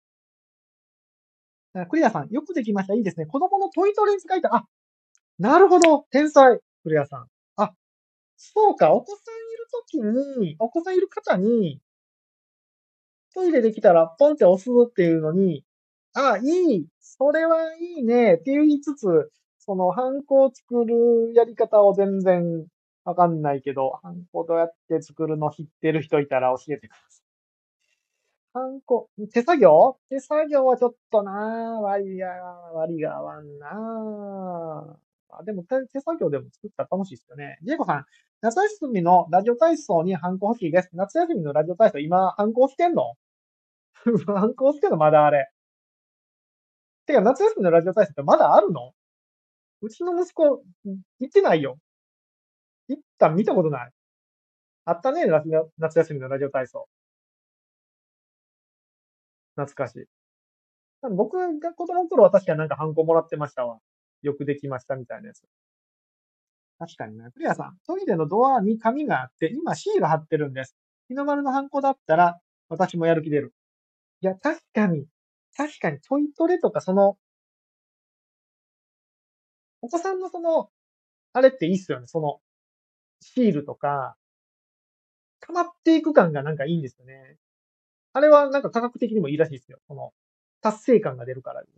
S1: あクリアさん、よくできました。いいですね。子供のトイトレに使いたい。あ、なるほど。天才。クリアさん。あ、そうか。お子さんいるときに、お子さんいる方に、トイレできたらポンって押すっていうのに、あ、いい。それはいいね。って言いつつ、その、ハンコを作るやり方を全然わかんないけど、ハンコどうやって作るの知ってる人いたら教えてください。ハンコ、手作業手作業はちょっとなぁ、割が、割が合わんなぁ。あ、でも手手作業でも作ったら楽しいですよね。ジェイコさん、夏休みのラジオ体操にハンコ欲しいです。夏休みのラジオ体操、今、ハンコしてんの？ハンコしてんのまだあれ。てか、夏休みのラジオ体操ってまだあるの？うちの息子、行ってないよ。行った見たことない。あったね、夏夏休みのラジオ体操。懐かしい。僕が子供の頃は確かになんかハンコもらってましたわ。よくできましたみたいなやつ。確かにね。クリアさん、トイレのドアに紙があって、今シール貼ってるんです。日の丸のハンコだったら、私もやる気出る。いや、確かに、確かにトイトレとかその、お子さんのその、あれっていいっすよね。その、シールとか、溜まっていく感がなんかいいんですよね。あれはなんか科学的にもいいらしいですよ。その、達成感が出るからって。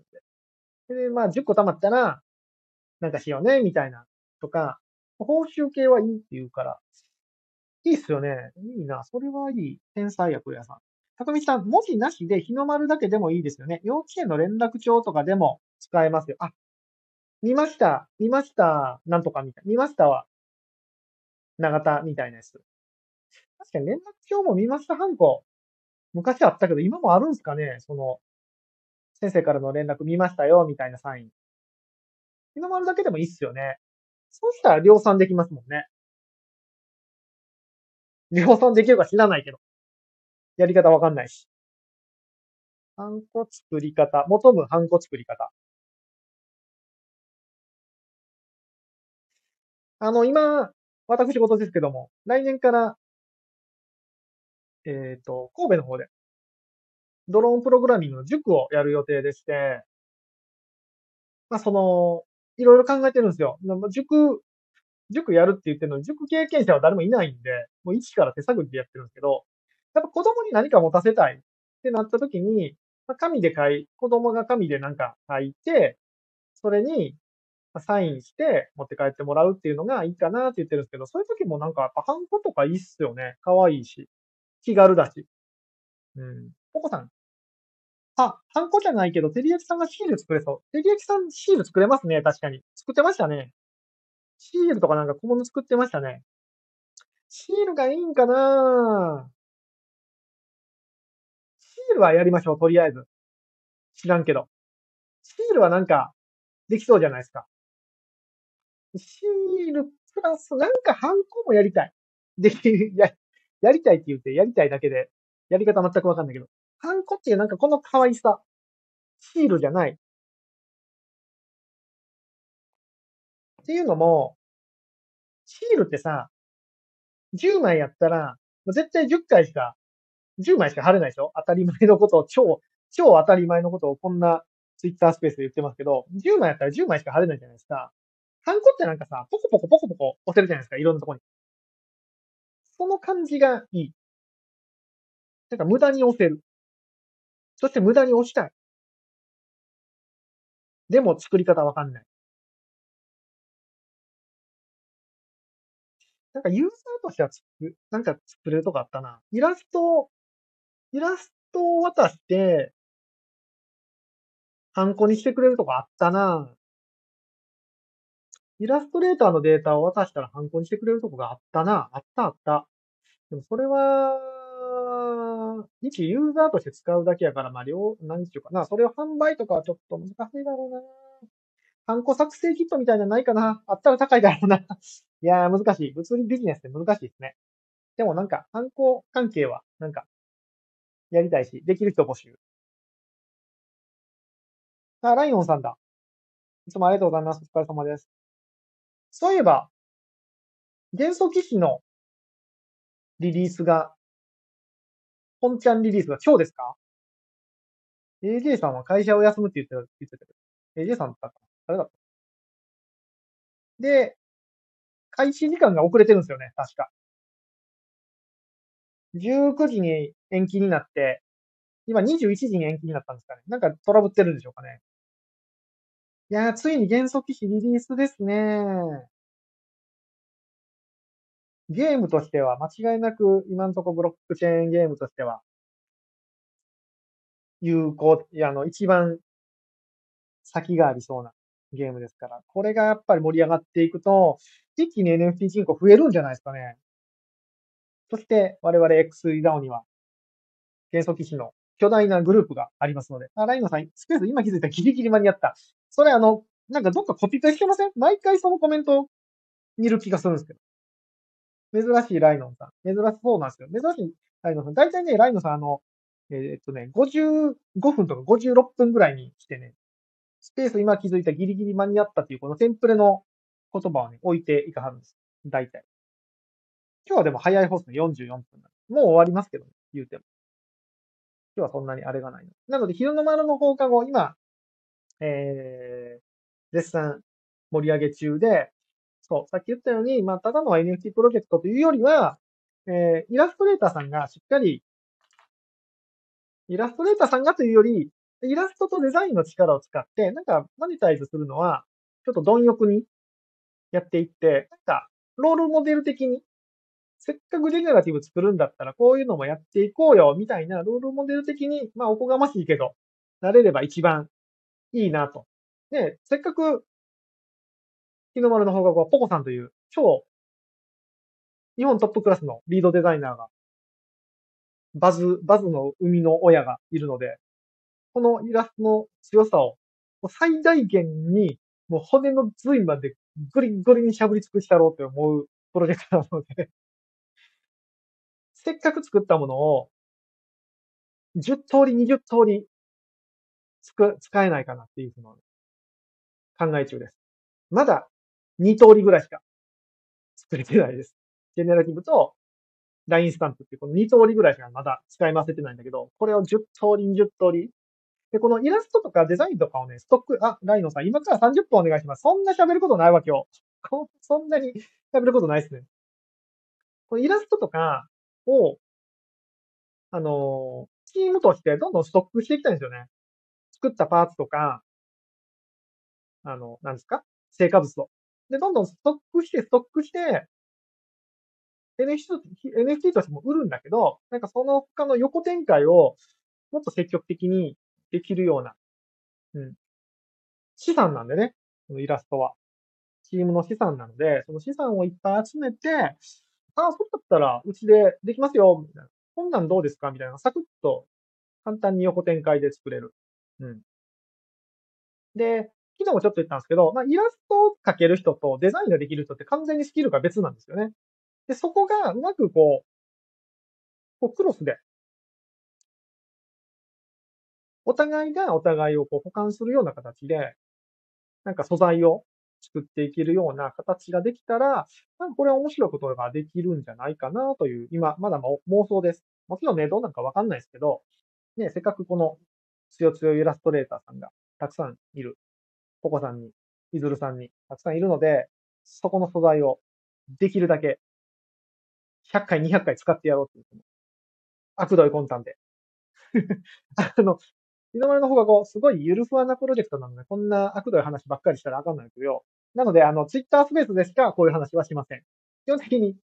S1: で、まあじゅっこ溜まったら、なんかしようね、みたいな。とか、報酬系はいいって言うから、いいっすよね。いいな。それはいい。天才や、クレアさん。たくみさん、文字なしで日の丸だけでもいいですよね。幼稚園の連絡帳とかでも使えますよ。あ、見ました。見ました。なんとかみたい。見ましたは、長田みたいなやつ。確かに連絡帳も見ましたハンコ。昔あったけど、今もあるんすかね？その、先生からの連絡見ましたよ、みたいなサイン。日の丸だけでもいいっすよね。そうしたら量産できますもんね。量産できるか知らないけど。やり方わかんないし。ハンコ作り方。求むハンコ作り方。あの、今、私事ですけども、来年から、えっと、神戸の方で、ドローンプログラミングの塾をやる予定でして、まあ、その、いろいろ考えてるんですよ。まあ塾、塾やるって言ってるのに、塾経験者は誰もいないんで、もう一から手探りでやってるんですけど、やっぱ子供に何か持たせたいってなった時に、まあ、紙で書い、子供が紙でなんか書いて、それにサインして持って帰ってもらうっていうのがいいかなって言ってるんですけど、そういう時もなんかやっぱハンコとかいいっすよね。可愛いし。気軽だし。うん。ポコさん。あ、ハンコじゃないけど、照り焼きさんがシール作れそう。照り焼きさんシール作れますね。確かに。作ってましたね。シールとかなんか小物作ってましたね。シールがいいんかな？シールはやりましょう。とりあえず。知らんけど。シールはなんか、できそうじゃないですか。シールプラス、なんかハンコもやりたい。で、や、やりたいって言って、やりたいだけで、やり方全くわかんないけど。ハンコっていうなんかこの可愛さ。シールじゃない。っていうのも、シールってさ、じゅうまいやったら、絶対じゅっかいしか、じゅうまいしか貼れないでしょ？当たり前のことを、超、超当たり前のことをこんなツイッタースペースで言ってますけど、じゅうまいやったらじゅうまいしか貼れないじゃないですか。ハンコってなんかさ、ポコポコポコポコ押せるじゃないですか、いろんなとこに。その感じがいい。なんか無駄に押せる。そして無駄に押したい。でも作り方わかんない。 なんかユーザーとしては作る、なんか作れるとこあったな。イラスト、イラストを渡して、ハンコにしてくれるとこあったな。イラストレーターのデータを渡したらハンコにしてくれるとこがあったな。あったあった。でもそれは、一ユーザーとして使うだけやから、まあ、両、何ていうかな。それを販売とかはちょっと難しいだろうな。ハンコ作成キットみたいなのないかな。あったら高いだろうな。いやー、難しい。物理ビジネスって難しいですね。でもなんか、ハンコ関係は、なんか、やりたいし、できる人募集。あ、ライオンさんだ。いつもありがとうございます。お疲れ様です。そういえば、元素騎士のリリースが、本ちゃんリリースが今日ですか？ エージェー さんは会社を休むって言ってた、言ってたけど。エージェー さんだったかな、誰だった？で、開始時間が遅れてるんですよね、確か。じゅうくじに延期になって、今にじゅういちじに延期になったんですかね。なんかトラブってるんでしょうかね。いやー、ついに元素騎士リリースですね。ゲームとしては間違いなく今のところブロックチェーンゲームとしては有効、いや、あの、一番先がありそうなゲームですから、これがやっぱり盛り上がっていくと、一気に エヌエフティー 人口増えるんじゃないですかね。そして我々 エックススリー ダウンには元素騎士の巨大なグループがありますので、あ、ライノさん、スペース今気づいたらギリギリ間に合った。それあの、なんかどっかコピペしてません？毎回そのコメントを見る気がするんですけど。珍しいライノンさん。珍しそうなんですけど、珍しいライノンさん。大体ね、ライノンさんあの、えーっとね、ごじゅうごふんとかごじゅうろっぷんぐらいに来てね、スペース今気づいたギリギリ間に合ったっていうこのテンプレの言葉をね、置いていかはるんです。大体。今日はでも早い方ですね。よんじゅうよんぷんなんで。もう終わりますけどね。言うても。今日はそんなにあれがないの。なので、昼の丸の放課後、今、えー、絶賛盛り上げ中で、そう、さっき言ったように、まあ、ただの エヌエフティー プロジェクトというよりは、えー、イラストレーターさんがしっかり、イラストレーターさんがというより、イラストとデザインの力を使って、なんか、マネタイズするのは、ちょっと貪欲にやっていって、なんか、ロールモデル的に、せっかくジェネラティブ作るんだったら、こういうのもやっていこうよ、みたいな、ロールモデル的に、まあ、おこがましいけど、なれれば一番いいなと。で、せっかく、日の丸の放課後はポコさんという超日本トップクラスのリードデザイナーが、バズ、バズの生みの親がいるので、このイラストの強さを最大限に、もう骨の髄までグリグリにしゃぶり尽くしたろうって思うプロジェクトなので、せっかく作ったものをじゅっ通り、にじゅっ通りつく、使えないかなっていうのを考え中です。まだに通りぐらいしか作れてないです。ジェネラティブとラインスタンプっていうこのに通りぐらいしかまだ使い回せてないんだけど、これをじゅっ通り、にじゅっ通り。で、このイラストとかデザインとかをね、ストック、あ、ライノさん、今からさんじゅっぷんお願いします。そんな喋ることないわ、今日。こそんなに喋ることないですね。このイラストとかを、あのー、チームとしてどんどんストックしていきたいんですよね。作ったパーツとか、あの、なんですか成果物を。で、どんどんストックして、ストックして、エヌエフティー、エヌエフティー としても売るんだけど、なんかその他の横展開をもっと積極的にできるような、うん、資産なんでね、このイラストは。チームの資産なので、その資産をいっぱい集めて、ああ、そうだったらうちでできますよ、みたいな。こんなんどうですかみたいな。サクッと簡単に横展開で作れる。うん。で、昨日もちょっと言ったんですけど、まあ、イラストを描ける人とデザインができる人って完全にスキルが別なんですよね。で、そこがうまくこう、こうクロスで、お互いがお互いをこう補完するような形で、なんか素材を作っていけるような形ができたら、なんかこれは面白いことができるんじゃないかなという、今、まだ妄想です。もちろんね、どうなんかわかんないですけど、ね、せっかくこの強強いイラストレーターさんがたくさんいる、ポコさんに、イズルさんにたくさんいるので、そこの素材をできるだけひゃっかい、にひゃっかい使ってやろうっていう、悪どい魂胆で。あの、日の丸の方がこう、すごいゆるふわなプロジェクトなので、こんな悪どい話ばっかりしたらあかんないですよ。なので、あの、ツイッタースペースでしかこういう話はしません。基本的に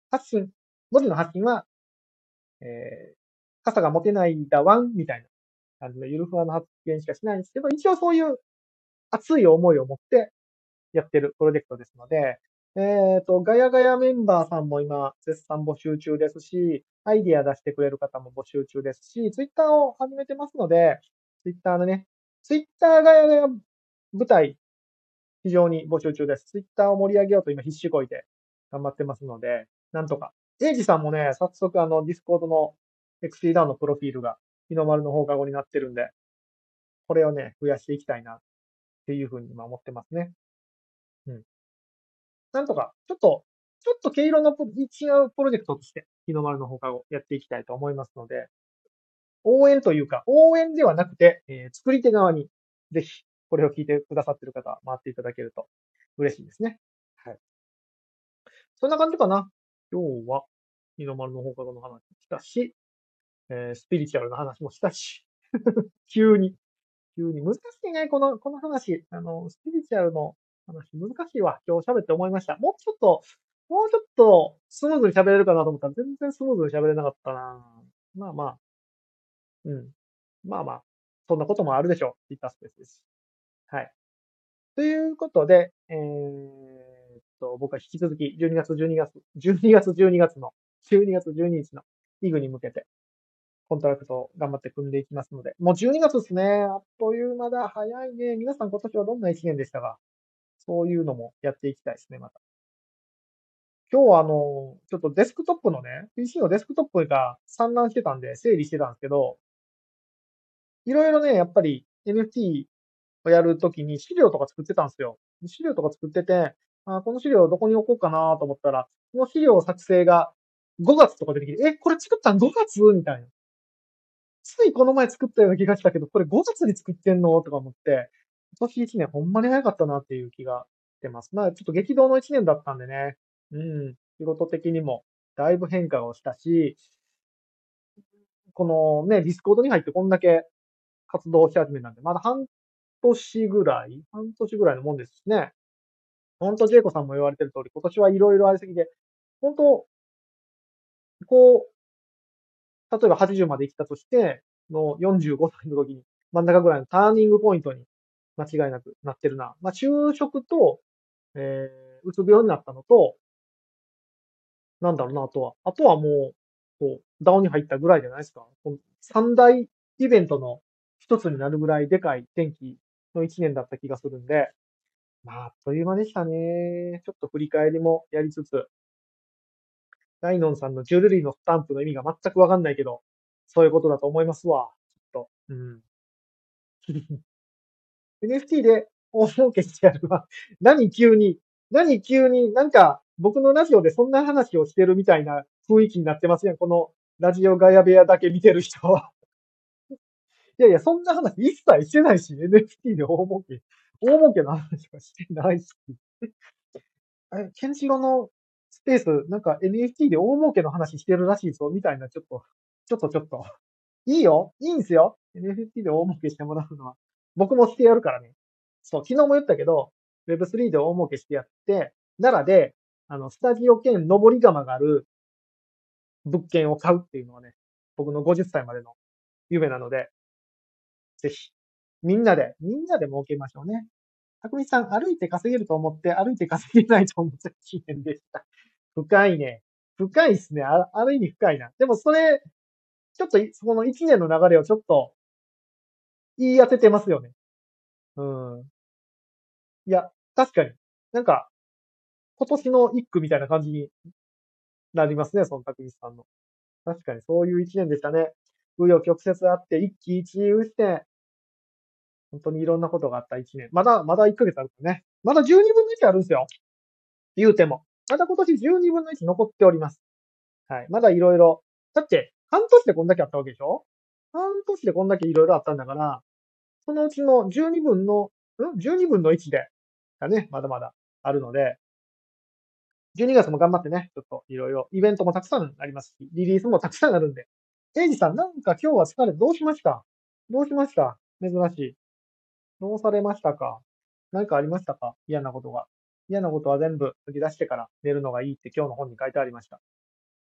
S1: 発信、文字の発信は、えー、傘が持てないだワンみたいな感じのゆるふわな発言しかしないんですけど、一応そういう熱い思いを持ってやってるプロジェクトですので、えっと、ガヤガヤメンバーさんも今絶賛募集中ですし、アイディア出してくれる方も募集中ですし、ツイッターを始めてますので、ツイッターのね、ツイッターガヤガヤ舞台、非常に募集中です。ツイッターを盛り上げようと今必死こいて頑張ってますので、なんとか。エイジさんもね、早速あの、ディスコードの エックスティー ダウンのプロフィールが日の丸の放課後になってるんで、これをね、増やしていきたいなっていうふうに今思ってますね。うん。なんとか、ちょっと、ちょっと毛色の違うプロジェクトとして、日の丸の放課後やっていきたいと思いますので、応援というか、応援ではなくて、えー作り手側に、ぜひ、これを聞いてくださっている方、回っていただけると嬉しいですね。はい。そんな感じかな。今日は、日の丸の放課後の話もしたし、えースピリチュアルな話もしたし、急に、急に難しいね、この、この話。あの、スピリチュアルの話難しいわ。今日喋って思いました。もうちょっと、もうちょっとスムーズに喋れるかなと思ったら全然スムーズに喋れなかったな。まあまあ、うん。まあまあ、そんなこともあるでしょう。ツイッタースペースです。はい。ということで、えーっと、僕は引き続きじゅうにがつ、じゅうにがつ、じゅうにがつ、じゅうにがつの、じゅうにがつじゅうににちのリーグに向けて、コントラクトを頑張って組んでいきますので、もうじゅうにがつですね。あっという間だ。早いね。皆さん今年はどんないちねんでしたか？そういうのもやっていきたいですね、また。今日はあの、ちょっとデスクトップのね、ピーシー のデスクトップが散乱してたんで整理してたんですけど、いろいろね、やっぱり エヌエフティー をやるときに資料とか作ってたんですよ。資料とか作ってて、あ、この資料どこに置こうかなと思ったら、この資料作成がごがつとか出てきて、え、これ作ったんごがつみたいな。ついこの前作ったような気がしたけど、これごがつに作ってんのとか思って、今年いちねんほんまに早かったなっていう気がしてます。まあちょっと激動のいちねんだったんでね。うん。仕事的にもだいぶ変化をしたし、このね、ディスコードに入ってこんだけ活動し始めたんで、まだ半年ぐらい半年ぐらいのもんですしね。ほんとジェイコさんも言われてる通り、今年はいろいろありすぎて、本当こう、例えばはちじゅうまで生きたとして、のよんじゅうごさいの時に、真ん中ぐらいのターニングポイントに間違いなくなってるな。まあ、就職と、えー、うつ病になったのと、なんだろうな、あとは。あとはもう、こう、ダウンに入ったぐらいじゃないですか。この三大イベントの一つになるぐらいでかい転機の一年だった気がするんで、まあ、あっという間でしたね。ちょっと振り返りもやりつつ、ダイノンさんのジュエリーのスタンプの意味が全くわかんないけど、そういうことだと思いますわ。きっと。うん。エヌエフティー で大儲けしてやるわ。何急に、何急に、なんか、僕のラジオでそんな話をしてるみたいな雰囲気になってますね。このラジオガヤ部屋だけ見てる人は。いやいや、そんな話一切してないし、エヌエフティー で大儲け、大儲けの話はしてないし。え、ケンシロウのスペース、なんか エヌエフティー で大儲けの話してるらしいぞ、みたいな、ちょっと、ちょっとちょっと。いいよ、いいんすよ。エヌエフティー で大儲けしてもらうのは。僕もしてやるからね。そう、昨日も言ったけど、ウェブスリー で大儲けしてやって、奈良で、あの、スタジオ兼登り窯がある物件を買うっていうのはね、僕のごじゅっさいまでの夢なので、ぜひ、みんなで、みんなで儲けましょうね。たくみさん、歩いて稼げると思って、歩いて稼げないと思って記念でした。深いね。深いっすね。あある意味深いな。でもそれ、ちょっとい、その一年の流れをちょっと言い当ててますよね。うん。いや、確かに。なんか、今年の一句みたいな感じになりますね、そのたくみさんの。確かにそういう一年でしたね。紆余曲折あって、一喜一憂して、本当にいろんなことがあった一年。まだ、まだいっかげつあるからね。まだじゅうにぶんのいちあるんですよ。言うても。まだ今年じゅうにぶんのいち残っております。はい。まだいろいろ。だって、半年でこんだけあったわけでしょ？半年でこんだけいろいろあったんだから、そのうちのじゅうにぶんの、ん ?じゅうに 分のいちで、がね、まだまだあるので、じゅうにがつも頑張ってね、ちょっといろいろイベントもたくさんありますし、リリースもたくさんあるんで。エイジさん、なんか今日は疲れてどうしました？どうしました？珍しい。どうされましたか？何かありましたか？嫌なことが。嫌なことは全部吐き出してから寝るのがいいって今日の本に書いてありました。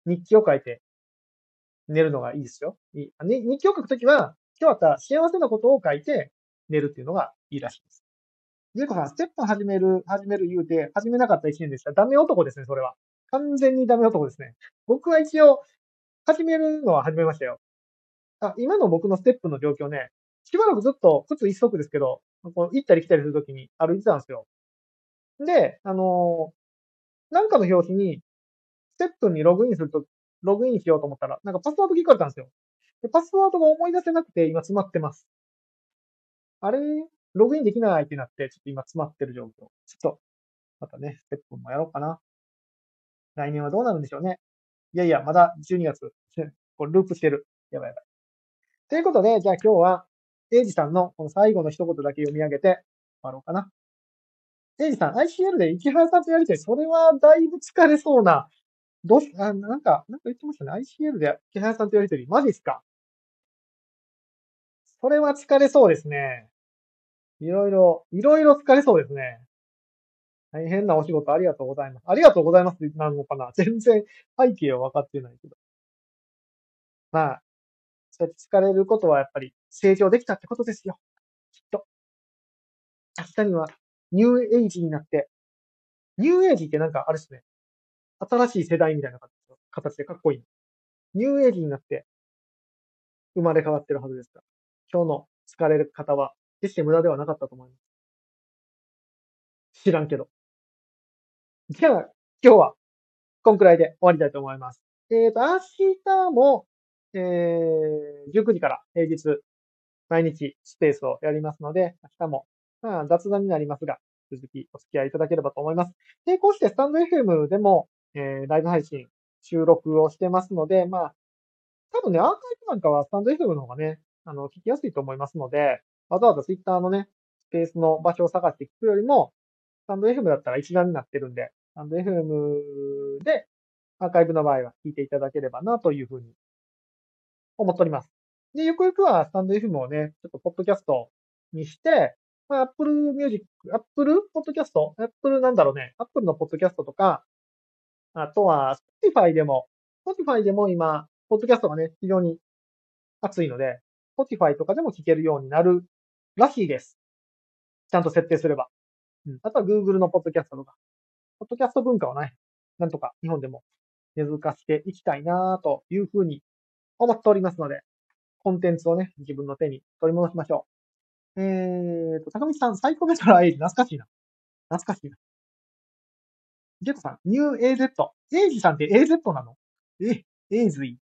S1: 日記を書いて寝るのがいいですよ。いいに日記を書くときは、今日あった幸せなことを書いて寝るっていうのがいいらしいです。ゆうこさん、ステップ始める、始める言うて、始めなかったいちねんでした。ダメ男ですね、それは。完全にダメ男ですね。僕は一応、始めるのは始めましたよ。あ、今の僕のステップの状況ね、しばらくずっと靴一足ですけど、こう行ったり来たりするときに歩いてたんですよ。で、あのーなんかの表紙に、ステップにログインすると、ログインしようと思ったら、なんかパスワード聞かれたんですよ。で、パスワードが思い出せなくて今詰まってます。あれログインできないってなって、ちょっと今詰まってる状況。ちょっと、またね、ステップもやろうかな。来年はどうなるんでしょうね。いやいや、まだじゅうにがつ。これループしてる。やばいやばい。ということで、じゃあ今日は、エイジさんのこの最後の一言だけ読み上げて終わろうかな。エイジさん、アイシーエル で市原さんとやりたい。それはだいぶ疲れそうな。どうし、あ、なんか、なんか言ってましたね。アイシーエル で市原さんとやりたい。マジっすか？それは疲れそうですね。いろいろ、いろいろ疲れそうですね。大変なお仕事ありがとうございます。ありがとうございますってなのかな？全然背景は分かってないけど。まあ、そうやって疲れることはやっぱり成長できたってことですよ。きっと。明日にはニューエイジになって、ニューエイジってなんかあれですね。新しい世代みたいな形でかっこいい。ニューエイジになって生まれ変わってるはずですから。今日の疲れる方は決して無駄ではなかったと思います。知らんけど。じゃあ、今日はこんくらいで終わりたいと思います。えーと、明日も、えー、じゅうくじから平日、毎日スペースをやりますので、明日も、まあ、雑談になりますが、続きお付き合いいただければと思います。並行してスタンド エフエム でも、えー、ライブ配信、収録をしてますので、まあ、多分ね、アーカイブなんかはスタンド エフエム の方がね、あの、聞きやすいと思いますので、わざわざ Twitter のね、スペースの場所を探して聞くよりも、スタンド エフエム だったら一覧になってるんで、スタンド エフエム でアーカイブの場合は聞いていただければなというふうに思っております。で、ゆくゆくはスタンド エフエム をね、ちょっとポッドキャストにして、まあ、Apple Music、Apple Podcast、Apple なんだろうね、Apple のポッドキャストとか、あとは Spotify でも、Spotify でも今、ポッドキャストがね、非常に熱いので、Spotify とかでも聞けるようになるらしいです。ちゃんと設定すれば。うん。あとは Google のポッドキャストとか、ポッドキャスト文化をね、なんとか日本でも根付かしていきたいなというふうに思っておりますので、コンテンツをね、自分の手に取り戻しましょう。えーと、高見さん、サイコメトラエイジ、懐かしいな。懐かしいな。ジェットさん、ニューエーゼット。エイジさんって エーゼット なの？え、エイズイ。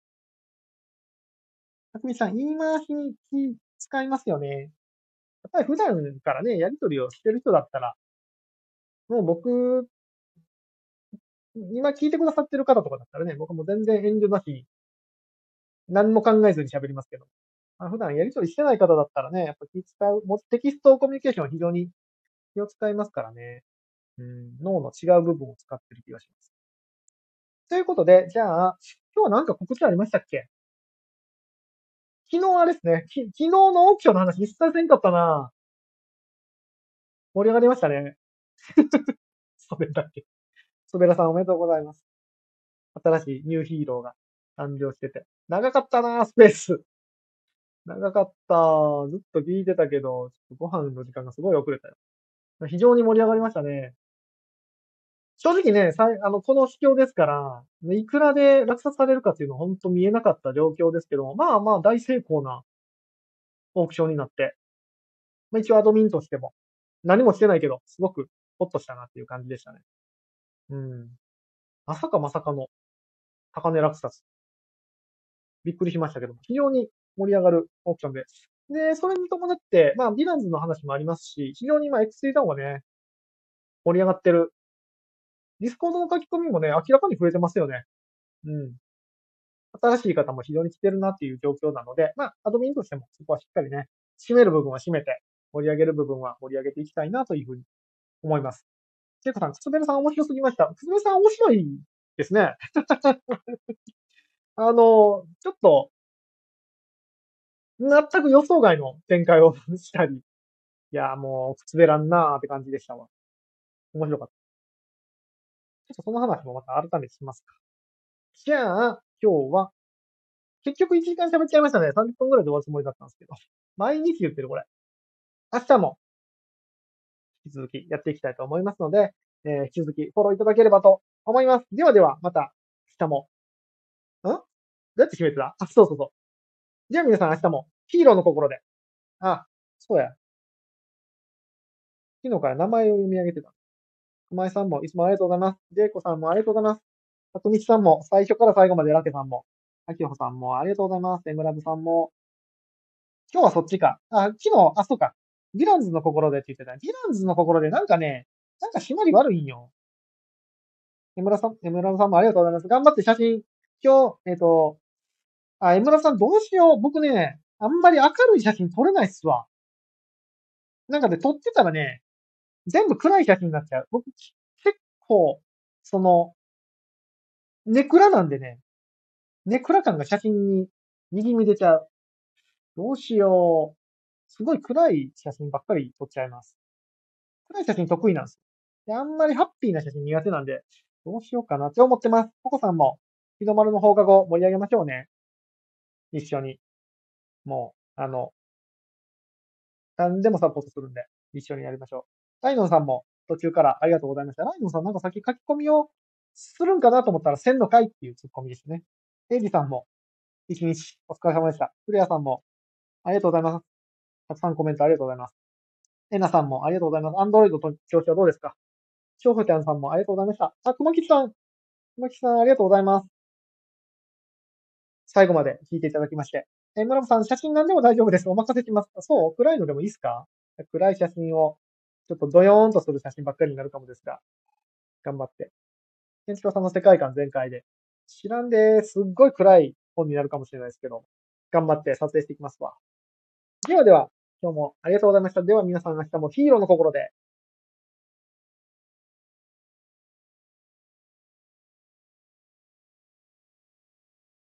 S1: 高見さん、言い回しに気使いますよね。やっぱり普段からね、やりとりをしてる人だったら、もう僕、今聞いてくださってる方とかだったらね、僕も全然遠慮なしに、何も考えずに喋りますけど。あ普段やりとりしてない方だったらね、やっぱ気使う、もテキストコミュニケーションは非常に気を使いますからね。うん、脳の違う部分を使ってる気がします。ということで、じゃあ、今日はなんか告知ありましたっけ？昨日あれですね。き昨日のオークションの話一切せんかったな。盛り上がりましたね。それだけ。そべらさんおめでとうございます。新しいニューヒーローが誕生してて。長かったな、スペース。長かった。ずっと聞いてたけど、ちょっとご飯の時間がすごい遅れたよ。非常に盛り上がりましたね。正直ね、さいあの、この市況ですから、いくらで落札されるかっていうのは本当見えなかった状況ですけど、まあまあ大成功なオークションになって、まあ一応アドミンとしても、何もしてないけど、すごくホッとしたなっていう感じでしたね。うん。まさかまさかの高値落札。びっくりしましたけども、非常に盛り上がるオークションで。で、それに伴って、まあ、ヴィランズの話もありますし、非常にまあ エックススリー ダウンはね、盛り上がってる。ディスコードの書き込みもね、明らかに増えてますよね。うん。新しい方も非常に来てるなっていう状況なので、まあ、アドミンとしてもそこはしっかりね、締める部分は締めて、盛り上げる部分は盛り上げていきたいなというふうに思います。ていうかさん、くつべるさん面白すぎました。くつべるさん面白いですね。あの、ちょっと、全く予想外の展開をしたり、いや、もう、くつべらんなーって感じでしたわ。面白かった。ちょっとその話もまた改めてしますか。 じゃあ、今日は、結局いちじかん喋っちゃいましたね。さんじゅっぷんぐらいで終わるつもりだったんですけど。毎日言ってる、これ。明日も引き続きやっていきたいと思いますので、えー引き続きフォローいただければと思います。ではでは、また明日も、んどうやって決めてたあ、そうそうそう。じゃあ皆さん明日もヒーローの心で。あ、そうや。昨日から名前を読み上げてた。熊井さんもいつもありがとうございます。ジェイコさんもありがとうございます。あとみちさんも最初から最後までラテさんも。あきほさんもありがとうございます。エムラブさんも。今日はそっちか。あ、昨日、あ、そうか。ディランズの心でって言ってた。ディランズの心でなんかね、なんか締まり悪いんよ。エムラさん、エムラブさんもありがとうございます。頑張って写真。今日、えっ、と、あ、エムラさんどうしよう。僕ね、あんまり明るい写真撮れないっすわ。なんかで撮ってたらね、全部暗い写真になっちゃう。僕、結構、その、ネクラなんでね、ネクラ感が写真に右に出ちゃう。どうしよう。すごい暗い写真ばっかり撮っちゃいます。暗い写真得意なんです。で、あんまりハッピーな写真苦手なんで、どうしようかなって思ってます。ココさんも、日の丸の放課後盛り上げましょうね。一緒に。もう、あの、何でもサポートするんで、一緒にやりましょう。ライノンさんも途中からありがとうございました。ライノンさんなんか先書き込みをするんかなと思ったらせんの回っていうツッコミですね。エイジさんも一日お疲れ様でした。クレアさんもありがとうございます。たくさんコメントありがとうございます。エナさんもありがとうございます。アンドロイドと調子はどうですか？ショウフちゃんさんもありがとうございました。あ、くまきさん、くまきさんありがとうございます。最後まで聞いていただきまして。え、村本さん、写真何でも大丈夫です。お任せします。そう暗いのでもいいですか？暗い写真を、ちょっとドヨーンとする写真ばっかりになるかもですが、頑張って。ケンチロさんの世界観全開で。知らんで、すっごい暗い本になるかもしれないですけど、頑張って撮影していきますわ。ではでは、今日もありがとうございました。では皆さん明日もヒーローの心で。